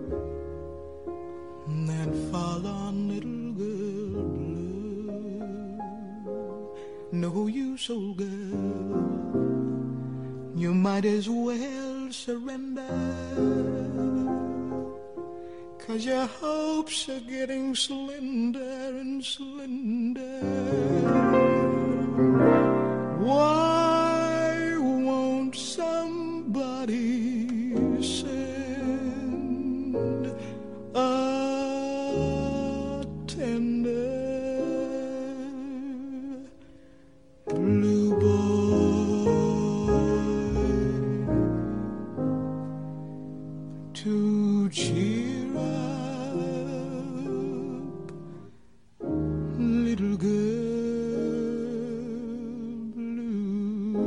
that fall on little girl blue. No use, old girl, you might as well surrender, 'cause your hopes are getting slender and slender. Why won't somebody send a tender blue boy to cheer up little girl blue?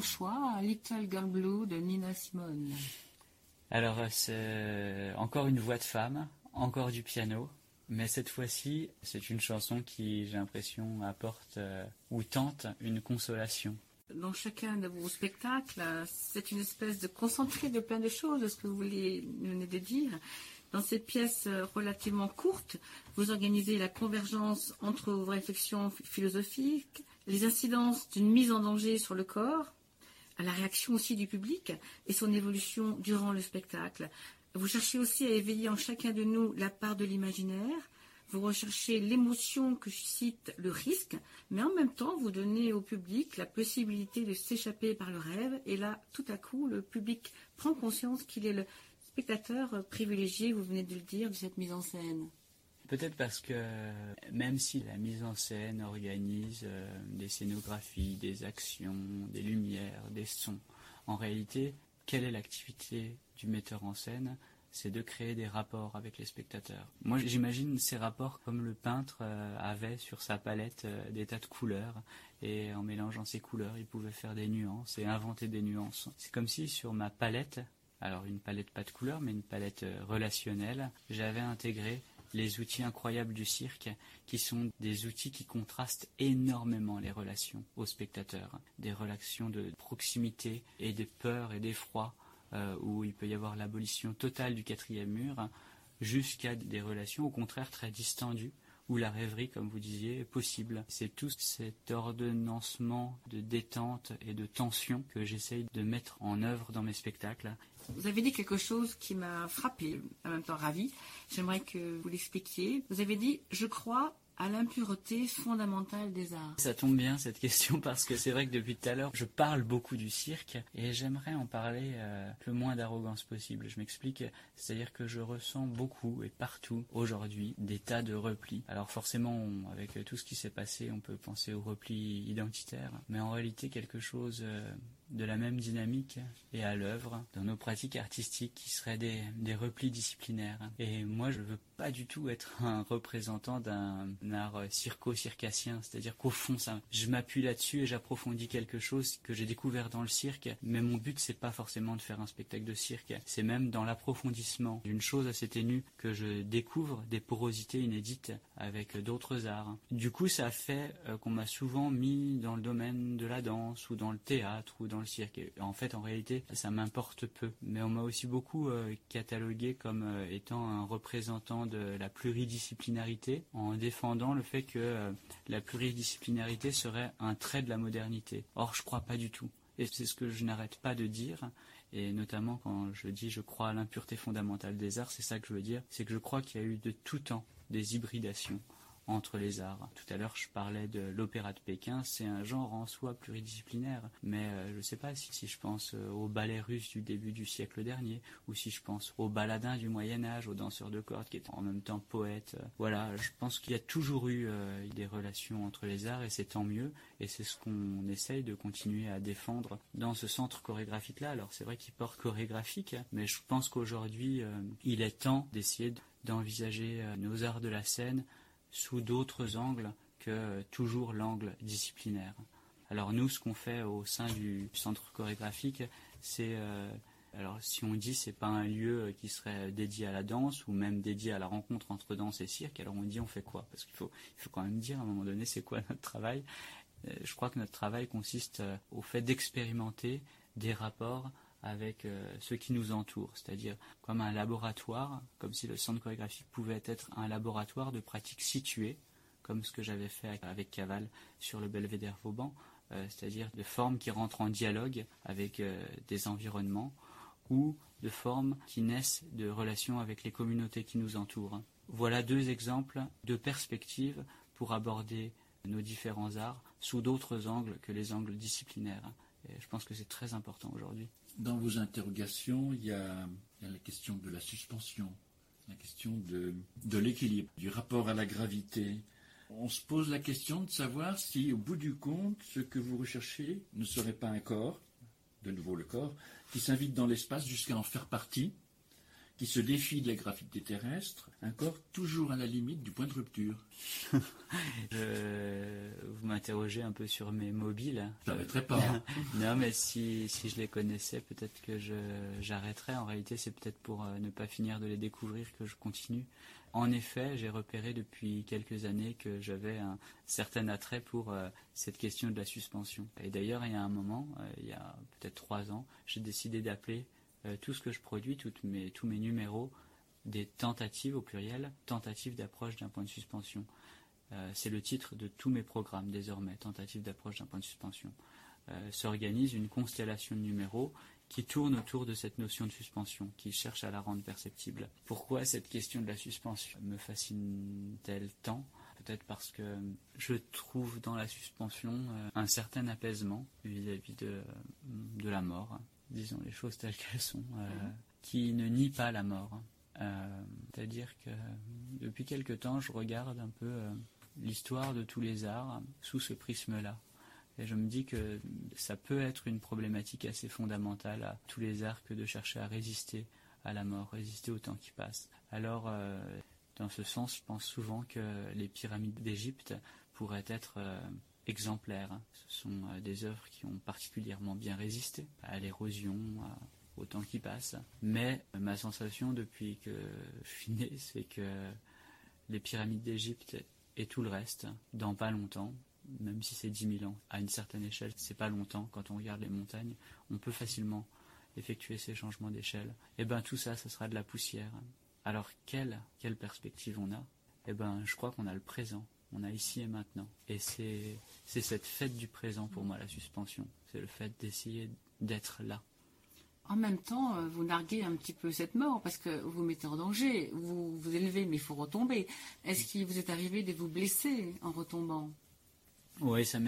choix, Little Girl Blue de Nina Simone. Alors, c'est encore une voix de femme, encore du piano, mais cette fois-ci, c'est une chanson qui, j'ai l'impression, apporte ou tente une consolation. Dans chacun de vos spectacles, c'est une espèce de concentré de plein de choses, de ce que vous venez de dire. Dans cette pièce relativement courte, vous organisez la convergence entre vos réflexions philosophiques, les incidences d'une mise en danger sur le corps, à la réaction aussi du public et son évolution durant le spectacle. Vous cherchez aussi à éveiller en chacun de nous la part de l'imaginaire. Vous recherchez l'émotion que suscite le risque, mais en même temps, vous donnez au public la possibilité de s'échapper par le rêve. Et là, tout à coup, le public prend conscience qu'il est le spectateur privilégié, vous venez de le dire, de cette mise en scène. Peut-être parce que même si la mise en scène organise des scénographies, des actions, des lumières, des sons, en réalité, quelle est l'activité du metteur en scène ? C'est de créer des rapports avec les spectateurs. Moi, j'imagine ces rapports comme le peintre avait sur sa palette des tas de couleurs, et en mélangeant ces couleurs, il pouvait faire des nuances et inventer des nuances. C'est comme si sur ma palette, alors une palette pas de couleurs, mais une palette relationnelle, j'avais intégré les outils incroyables du cirque, qui sont des outils qui contrastent énormément les relations aux spectateurs, des relations de proximité et des peurs et d'effroi, où il peut y avoir l'abolition totale du quatrième mur, jusqu'à des relations au contraire très distendues, où la rêverie, comme vous disiez, est possible. C'est tout cet ordonnancement de détente et de tension que j'essaye de mettre en œuvre dans mes spectacles. Vous avez dit quelque chose qui m'a frappé, en même temps ravi. J'aimerais que vous l'expliquiez. Vous avez dit « Je crois à l'impureté fondamentale des arts ». Ça tombe bien cette question parce que c'est vrai que depuis tout à l'heure, je parle beaucoup du cirque et j'aimerais en parler le moins d'arrogance possible. Je m'explique, c'est-à-dire que je ressens beaucoup et partout aujourd'hui des tas de replis. Alors forcément, avec tout ce qui s'est passé, on peut penser au repli identitaire, mais en réalité quelque chose de la même dynamique est à l'œuvre dans nos pratiques artistiques qui seraient des replis disciplinaires. Et moi, je veux pas du tout être un représentant d'un art circo-circassien, c'est-à-dire qu'au fond, je m'appuie là-dessus et j'approfondis quelque chose que j'ai découvert dans le cirque, mais mon but, c'est pas forcément de faire un spectacle de cirque, c'est même dans l'approfondissement d'une chose assez ténue que je découvre des porosités inédites avec d'autres arts. Du coup, ça a fait qu'on m'a souvent mis dans le domaine de la danse ou dans le théâtre ou dans le cirque. Et en fait, en réalité, ça m'importe peu. Mais on m'a aussi beaucoup catalogué comme étant un représentant de la pluridisciplinarité, en défendant le fait que la pluridisciplinarité serait un trait de la modernité. Or, je crois pas du tout. Et c'est ce que je n'arrête pas de dire. Et notamment quand je dis je crois à l'impureté fondamentale des arts, c'est ça que je veux dire. C'est que je crois qu'il y a eu de tout temps des hybridations entre les arts. Tout à l'heure, je parlais de l'opéra de Pékin, c'est un genre en soi pluridisciplinaire, mais je ne sais pas si je pense au ballet russe du début du siècle dernier, ou si je pense au baladin du Moyen-Âge, au danseur de cordes qui est en même temps poète. Voilà, je pense qu'il y a toujours eu des relations entre les arts, et c'est tant mieux, et c'est ce qu'on essaye de continuer à défendre dans ce centre chorégraphique-là. Alors c'est vrai qu'il porte chorégraphique, mais je pense qu'aujourd'hui, il est temps d'essayer d'envisager nos arts de la scène sous d'autres angles que toujours l'angle disciplinaire. Alors nous, ce qu'on fait au sein du centre chorégraphique, c'est, alors si on dit c'est pas un lieu qui serait dédié à la danse ou même dédié à la rencontre entre danse et cirque, alors on dit on fait quoi? Parce qu'il faut quand même dire à un moment donné c'est quoi notre travail. Je crois que notre travail consiste au fait d'expérimenter des rapports avec ceux qui nous entourent, c'est-à-dire comme un laboratoire, comme si le centre chorégraphique pouvait être un laboratoire de pratiques situées, comme ce que j'avais fait avec Caval sur le Belvédère Vauban, c'est-à-dire de formes qui rentrent en dialogue avec des environnements, ou de formes qui naissent de relations avec les communautés qui nous entourent. Voilà deux exemples, deux perspectives pour aborder nos différents arts sous d'autres angles que les angles disciplinaires. Et je pense que c'est très important aujourd'hui. Dans vos interrogations, il y a la question de la suspension, la question de l'équilibre, du rapport à la gravité. On se pose la question de savoir si, au bout du compte, ce que vous recherchez ne serait pas un corps, de nouveau le corps, qui s'invite dans l'espace jusqu'à en faire partie, qui se défie de la gravité terrestre, un corps toujours à la limite du point de rupture. Vous m'interrogez un peu sur mes mobiles. Je n'arrêterai pas. Non, mais si je les connaissais, peut-être que j'arrêterais. En réalité, c'est peut-être pour ne pas finir de les découvrir que je continue. En effet, j'ai repéré depuis quelques années que j'avais un certain attrait pour cette question de la suspension. Et d'ailleurs, il y a un moment, il y a peut-être 3 ans, j'ai décidé d'appeler tout ce que je produis, tous mes numéros, des tentatives au pluriel, tentatives d'approche d'un point de suspension. C'est le titre de tous mes programmes désormais, tentatives d'approche d'un point de suspension. S'organise une constellation de numéros qui tourne autour de cette notion de suspension, qui cherche à la rendre perceptible. Pourquoi cette question de la suspension me fascine-t-elle tant ? Peut-être parce que je trouve dans la suspension un certain apaisement vis-à-vis de la mort, disons les choses telles qu'elles sont, qui ne nie pas la mort. C'est-à-dire que depuis quelque temps, je regarde un peu l'histoire de tous les arts sous ce prisme-là. Et je me dis que ça peut être une problématique assez fondamentale à tous les arts que de chercher à résister à la mort, résister au temps qui passe. Alors, dans ce sens, je pense souvent que les pyramides d'Égypte pourraient être exemplaires. Ce sont des œuvres qui ont particulièrement bien résisté à l'érosion, au temps qui passe. Mais ma sensation depuis que je suis né, c'est que les pyramides d'Égypte et tout le reste, dans pas longtemps, même si c'est 10 000 ans, à une certaine échelle, c'est pas longtemps, quand on regarde les montagnes, on peut facilement effectuer ces changements d'échelle. Et bien tout ça, ça sera de la poussière. Alors quelle perspective on a ? Eh ben je crois qu'on a le présent, on a ici et maintenant. Et c'est cette fête du présent pour moi, la suspension. C'est le fait d'essayer d'être là. En même temps, vous narguez un petit peu cette mort parce que vous vous mettez en danger, vous vous élevez mais il faut retomber. Est-ce qu'il vous est arrivé de vous blesser en retombant ? Oui, ça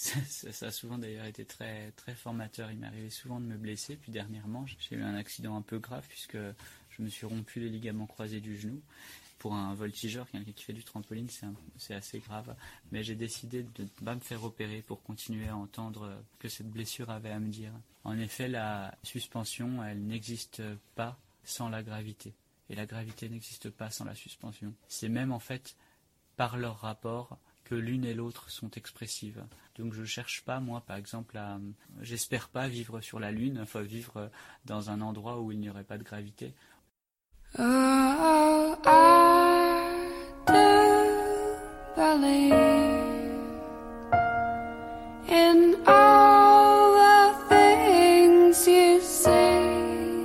a souvent d'ailleurs été très, très formateur. Il m'est arrivé souvent de me blesser. Puis dernièrement, j'ai eu un accident un peu grave puisque je me suis rompu les ligaments croisés du genou. Pour un voltigeur, quelqu'un qui fait du trampoline, c'est assez grave. Mais j'ai décidé de ne pas me faire opérer pour continuer à entendre ce que cette blessure avait à me dire. En effet, la suspension, elle n'existe pas sans la gravité. Et la gravité n'existe pas sans la suspension. C'est même en fait par leur rapport que l'une et l'autre sont expressives. Donc je cherche pas, moi, par exemple, j'espère pas vivre sur la Lune, enfin vivre dans un endroit où il n'y aurait pas de gravité. Oh, I do believe in all the things you say.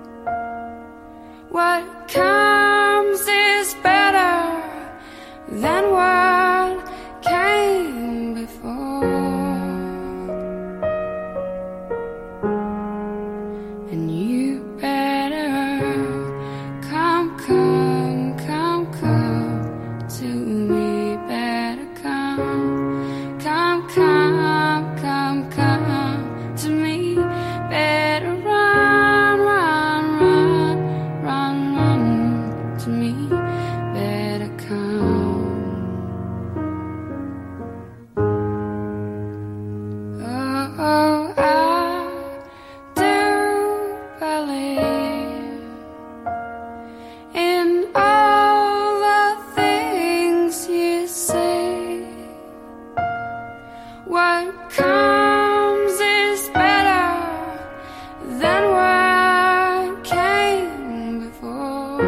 What comes is better than what came before. And you better come to me. Better come to me. Better run to me. Better come. Oh, I do believe in all the things you say. What comes is better than what came before.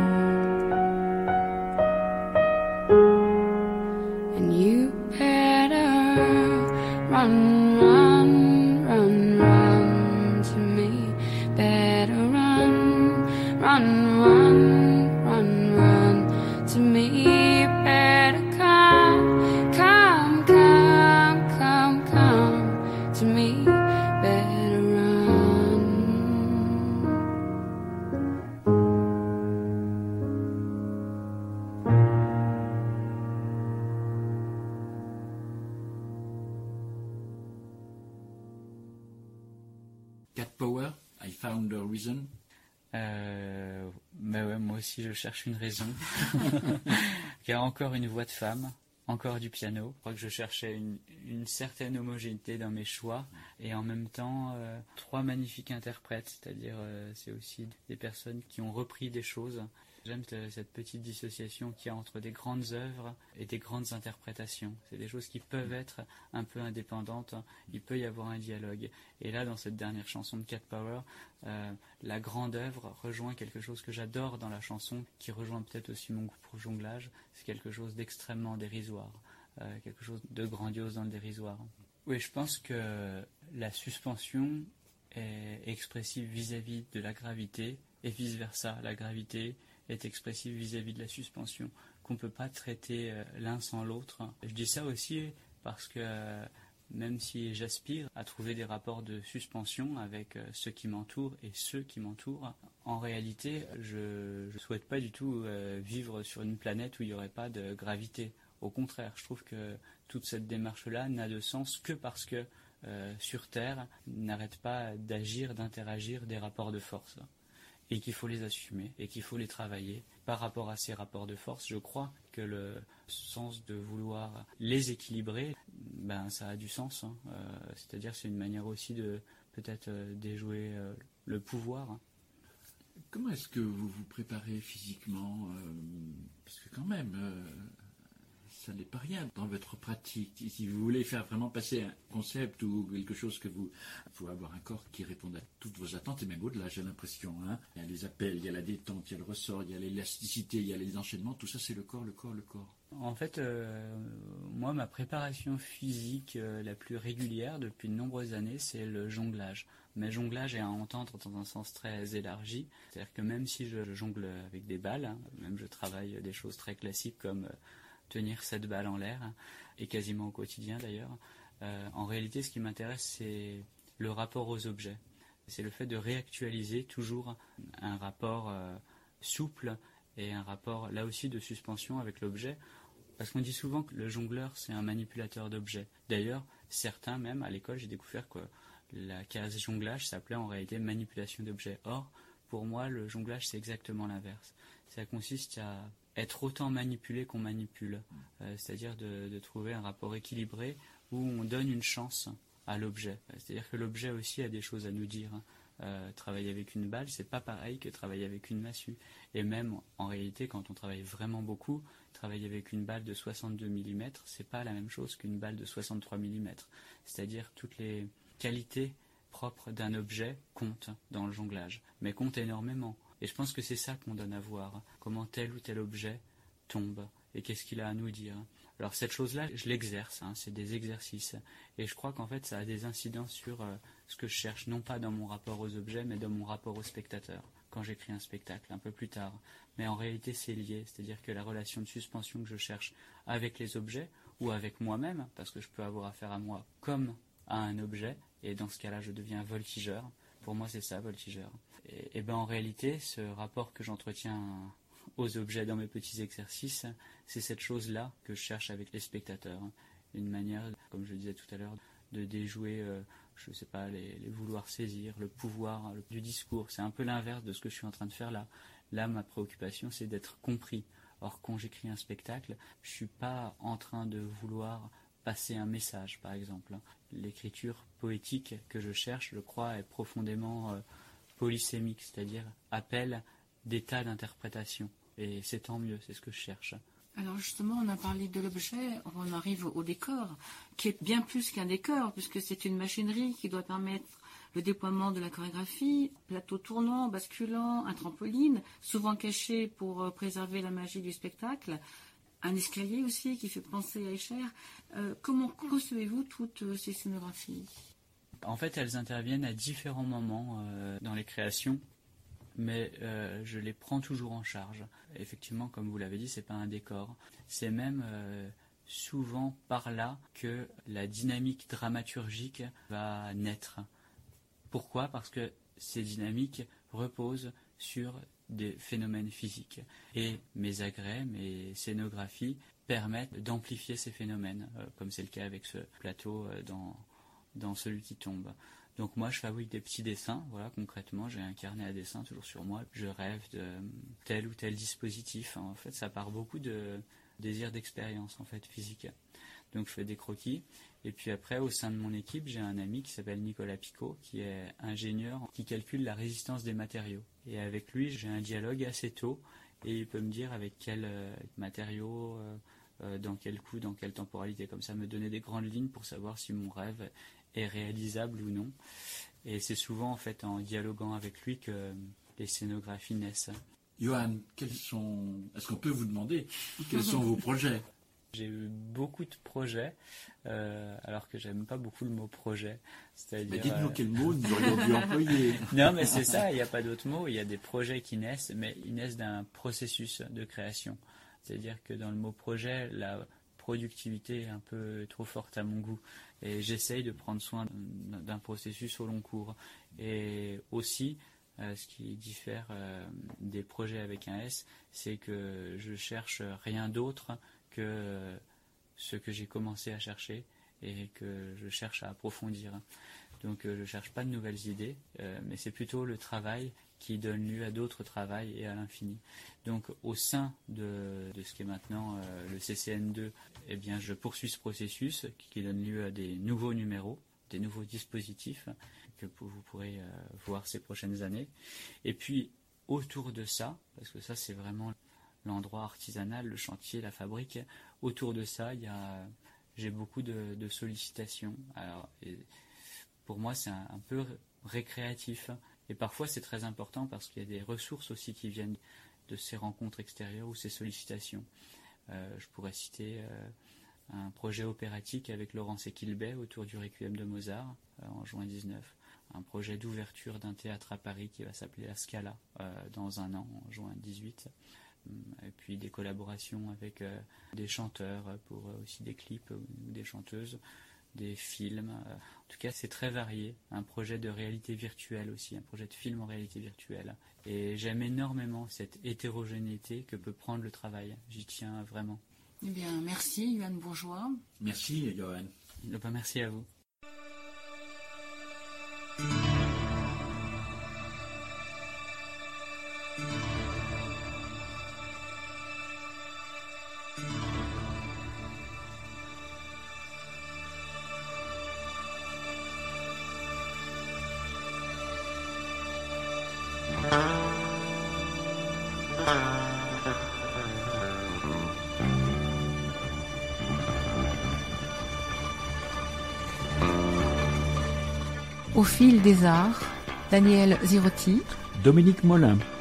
And you better run to me. Better run to me. Better come to me. Better run. Cat Power, I found a reason. Ouais, moi aussi je cherche une raison. Il y a encore une voix de femme Encore du piano. Je crois que je cherchais une certaine homogénéité dans mes choix et en même temps 3 magnifiques interprètes, c'est-à-dire c'est aussi des personnes qui ont repris des choses. J'aime cette petite dissociation qu'il y a entre des grandes œuvres et des grandes interprétations. C'est des choses qui peuvent être un peu indépendantes, il peut y avoir un dialogue. Et là, dans cette dernière chanson de Cat Power, la grande œuvre rejoint quelque chose que j'adore dans la chanson, qui rejoint peut-être aussi mon goût pour le jonglage. C'est quelque chose d'extrêmement dérisoire, quelque chose de grandiose dans le dérisoire. Oui, je pense que la suspension est expressive vis-à-vis de la gravité et vice-versa. La gravité est expressive vis-à-vis de la suspension, qu'on ne peut pas traiter l'un sans l'autre. Je dis ça aussi parce que même si j'aspire à trouver des rapports de suspension avec ceux qui m'entourent et ceux qui m'entourent, en réalité, je ne souhaite pas du tout vivre sur une planète où il n'y aurait pas de gravité. Au contraire, je trouve que toute cette démarche-là n'a de sens que parce que sur Terre n'arrête pas d'agir, d'interagir des rapports de force. Et qu'il faut les assumer, et qu'il faut les travailler. Par rapport à ces rapports de force, je crois que le sens de vouloir les équilibrer, ça a du sens. C'est-à-dire c'est une manière aussi de peut-être déjouer le pouvoir. Comment est-ce que vous vous préparez physiquement parce que quand même, ça n'est pas rien dans votre pratique. Si vous voulez faire vraiment passer un concept ou quelque chose il faut avoir un corps qui réponde à toutes vos attentes et même au-delà, j'ai l'impression. Il y a les appels, il y a la détente, il y a le ressort, il y a l'élasticité, il y a les enchaînements, tout ça c'est le corps. En fait, moi, ma préparation physique la plus régulière depuis de nombreuses années, c'est le jonglage. Mais jonglage est à entendre dans un sens très élargi. C'est-à-dire que même si je jongle avec des balles, même je travaille des choses très classiques comme tenir 7 balles en l'air, et quasiment au quotidien d'ailleurs. En réalité, ce qui m'intéresse, c'est le rapport aux objets. C'est le fait de réactualiser toujours un rapport souple et un rapport là aussi de suspension avec l'objet. Parce qu'on dit souvent que le jongleur, c'est un manipulateur d'objets. D'ailleurs, certains même, à l'école, j'ai découvert que la case jonglage s'appelait en réalité manipulation d'objets. Or, pour moi, le jonglage, c'est exactement l'inverse. Ça consiste à être autant manipulé qu'on manipule. C'est-à-dire de trouver un rapport équilibré où on donne une chance à l'objet. C'est-à-dire que l'objet aussi a des choses à nous dire. Travailler avec une balle, c'est pas pareil que travailler avec une massue. Et même, en réalité, quand on travaille vraiment beaucoup, travailler avec une balle de 62 mm, c'est pas la même chose qu'une balle de 63 mm. C'est-à-dire toutes les qualités propres d'un objet comptent dans le jonglage, mais comptent énormément. Et je pense que c'est ça qu'on donne à voir, comment tel ou tel objet tombe, et qu'est-ce qu'il a à nous dire. Alors cette chose-là, je l'exerce, c'est des exercices. Et je crois qu'en fait, ça a des incidences sur ce que je cherche, non pas dans mon rapport aux objets, mais dans mon rapport au spectateur, quand j'écris un spectacle, un peu plus tard. Mais en réalité, c'est lié, c'est-à-dire que la relation de suspension que je cherche avec les objets, ou avec moi-même, parce que je peux avoir affaire à moi comme à un objet, et dans ce cas-là, je deviens voltigeur. Pour moi, c'est ça, voltigeur. Et en réalité, ce rapport que j'entretiens aux objets dans mes petits exercices, c'est cette chose-là que je cherche avec les spectateurs. Une manière, comme je le disais tout à l'heure, de déjouer, je ne sais pas, les vouloir saisir, le pouvoir du discours. C'est un peu l'inverse de ce que je suis en train de faire là. Là, ma préoccupation, c'est d'être compris. Or, quand j'écris un spectacle, je ne suis pas en train de vouloir passer un message, par exemple. L'écriture poétique que je cherche, je crois, est profondément polysémique, c'est-à-dire appel d'état d'interprétation. Et c'est tant mieux, c'est ce que je cherche. Alors justement, on a parlé de l'objet, on arrive au décor, qui est bien plus qu'un décor, puisque c'est une machinerie qui doit permettre le déploiement de la chorégraphie, plateau tournant, basculant, un trampoline, souvent caché pour préserver la magie du spectacle, un escalier aussi qui fait penser à Escher. Comment concevez-vous toutes ces scénographies ? En fait, elles interviennent à différents moments dans les créations, mais je les prends toujours en charge. Effectivement, comme vous l'avez dit, c'est pas un décor. C'est même souvent par là que la dynamique dramaturgique va naître. Pourquoi ? Parce que ces dynamiques reposent sur des phénomènes physiques. Et mes agrès, mes scénographies permettent d'amplifier ces phénomènes, comme c'est le cas avec ce plateau dans Celui qui tombe. Donc moi je fabrique des petits dessins, voilà, concrètement j'ai un carnet à dessin toujours sur moi, je rêve de tel ou tel dispositif. En fait ça part beaucoup de désir d'expérience en fait physique. Donc je fais des croquis. Et puis après, au sein de mon équipe, j'ai un ami qui s'appelle Nicolas Picot, qui est ingénieur, qui calcule la résistance des matériaux. Et avec lui, j'ai un dialogue assez tôt, et il peut me dire avec quels matériaux, dans quel coût, dans quelle temporalité, comme ça me donner des grandes lignes pour savoir si mon rêve est réalisable ou non. Et c'est souvent en fait en dialoguant avec lui que les scénographies naissent. Johan, est-ce qu'on peut vous demander quels sont vos projets? J'ai eu beaucoup de projets, alors que j'aime pas beaucoup le mot projet. C'est-à-dire, mais dites-nous quel mot nous aurions dû employer. Non, mais c'est ça, il n'y a pas d'autre mot. Il y a des projets qui naissent, mais ils naissent d'un processus de création. C'est-à-dire que dans le mot projet, la productivité est un peu trop forte à mon goût. Et j'essaye de prendre soin d'un processus au long cours. Et aussi, ce qui diffère des projets avec un S, c'est que je cherche rien d'autre que ce que j'ai commencé à chercher et que je cherche à approfondir. Donc je ne cherche pas de nouvelles idées, mais c'est plutôt le travail qui donne lieu à d'autres travails et à l'infini. Donc au sein de ce qui est maintenant le CCN2, eh bien, je poursuis ce processus qui donne lieu à des nouveaux numéros, des nouveaux dispositifs que vous pourrez voir ces prochaines années. Et puis autour de ça, parce que ça c'est vraiment l'endroit artisanal, le chantier, la fabrique, autour de ça, j'ai beaucoup de sollicitations. Alors, pour moi, c'est un peu récréatif. Et parfois, c'est très important parce qu'il y a des ressources aussi qui viennent de ces rencontres extérieures ou ces sollicitations. Je pourrais citer un projet opératique avec Laurence Equilbet autour du Requiem de Mozart en juin 19. Un projet d'ouverture d'un théâtre à Paris qui va s'appeler La Scala dans un an, en juin 18. Et puis des collaborations avec des chanteurs pour aussi des clips ou des chanteuses, des films. En tout cas, c'est très varié. Un projet de réalité virtuelle aussi, un projet de film en réalité virtuelle. Et j'aime énormément cette hétérogénéité que peut prendre le travail. J'y tiens vraiment. Eh bien, merci, Johan Bourgeois. Merci, Johan. Merci à vous. Au fil des arts, Daniel Zirotti, Dominique Molin.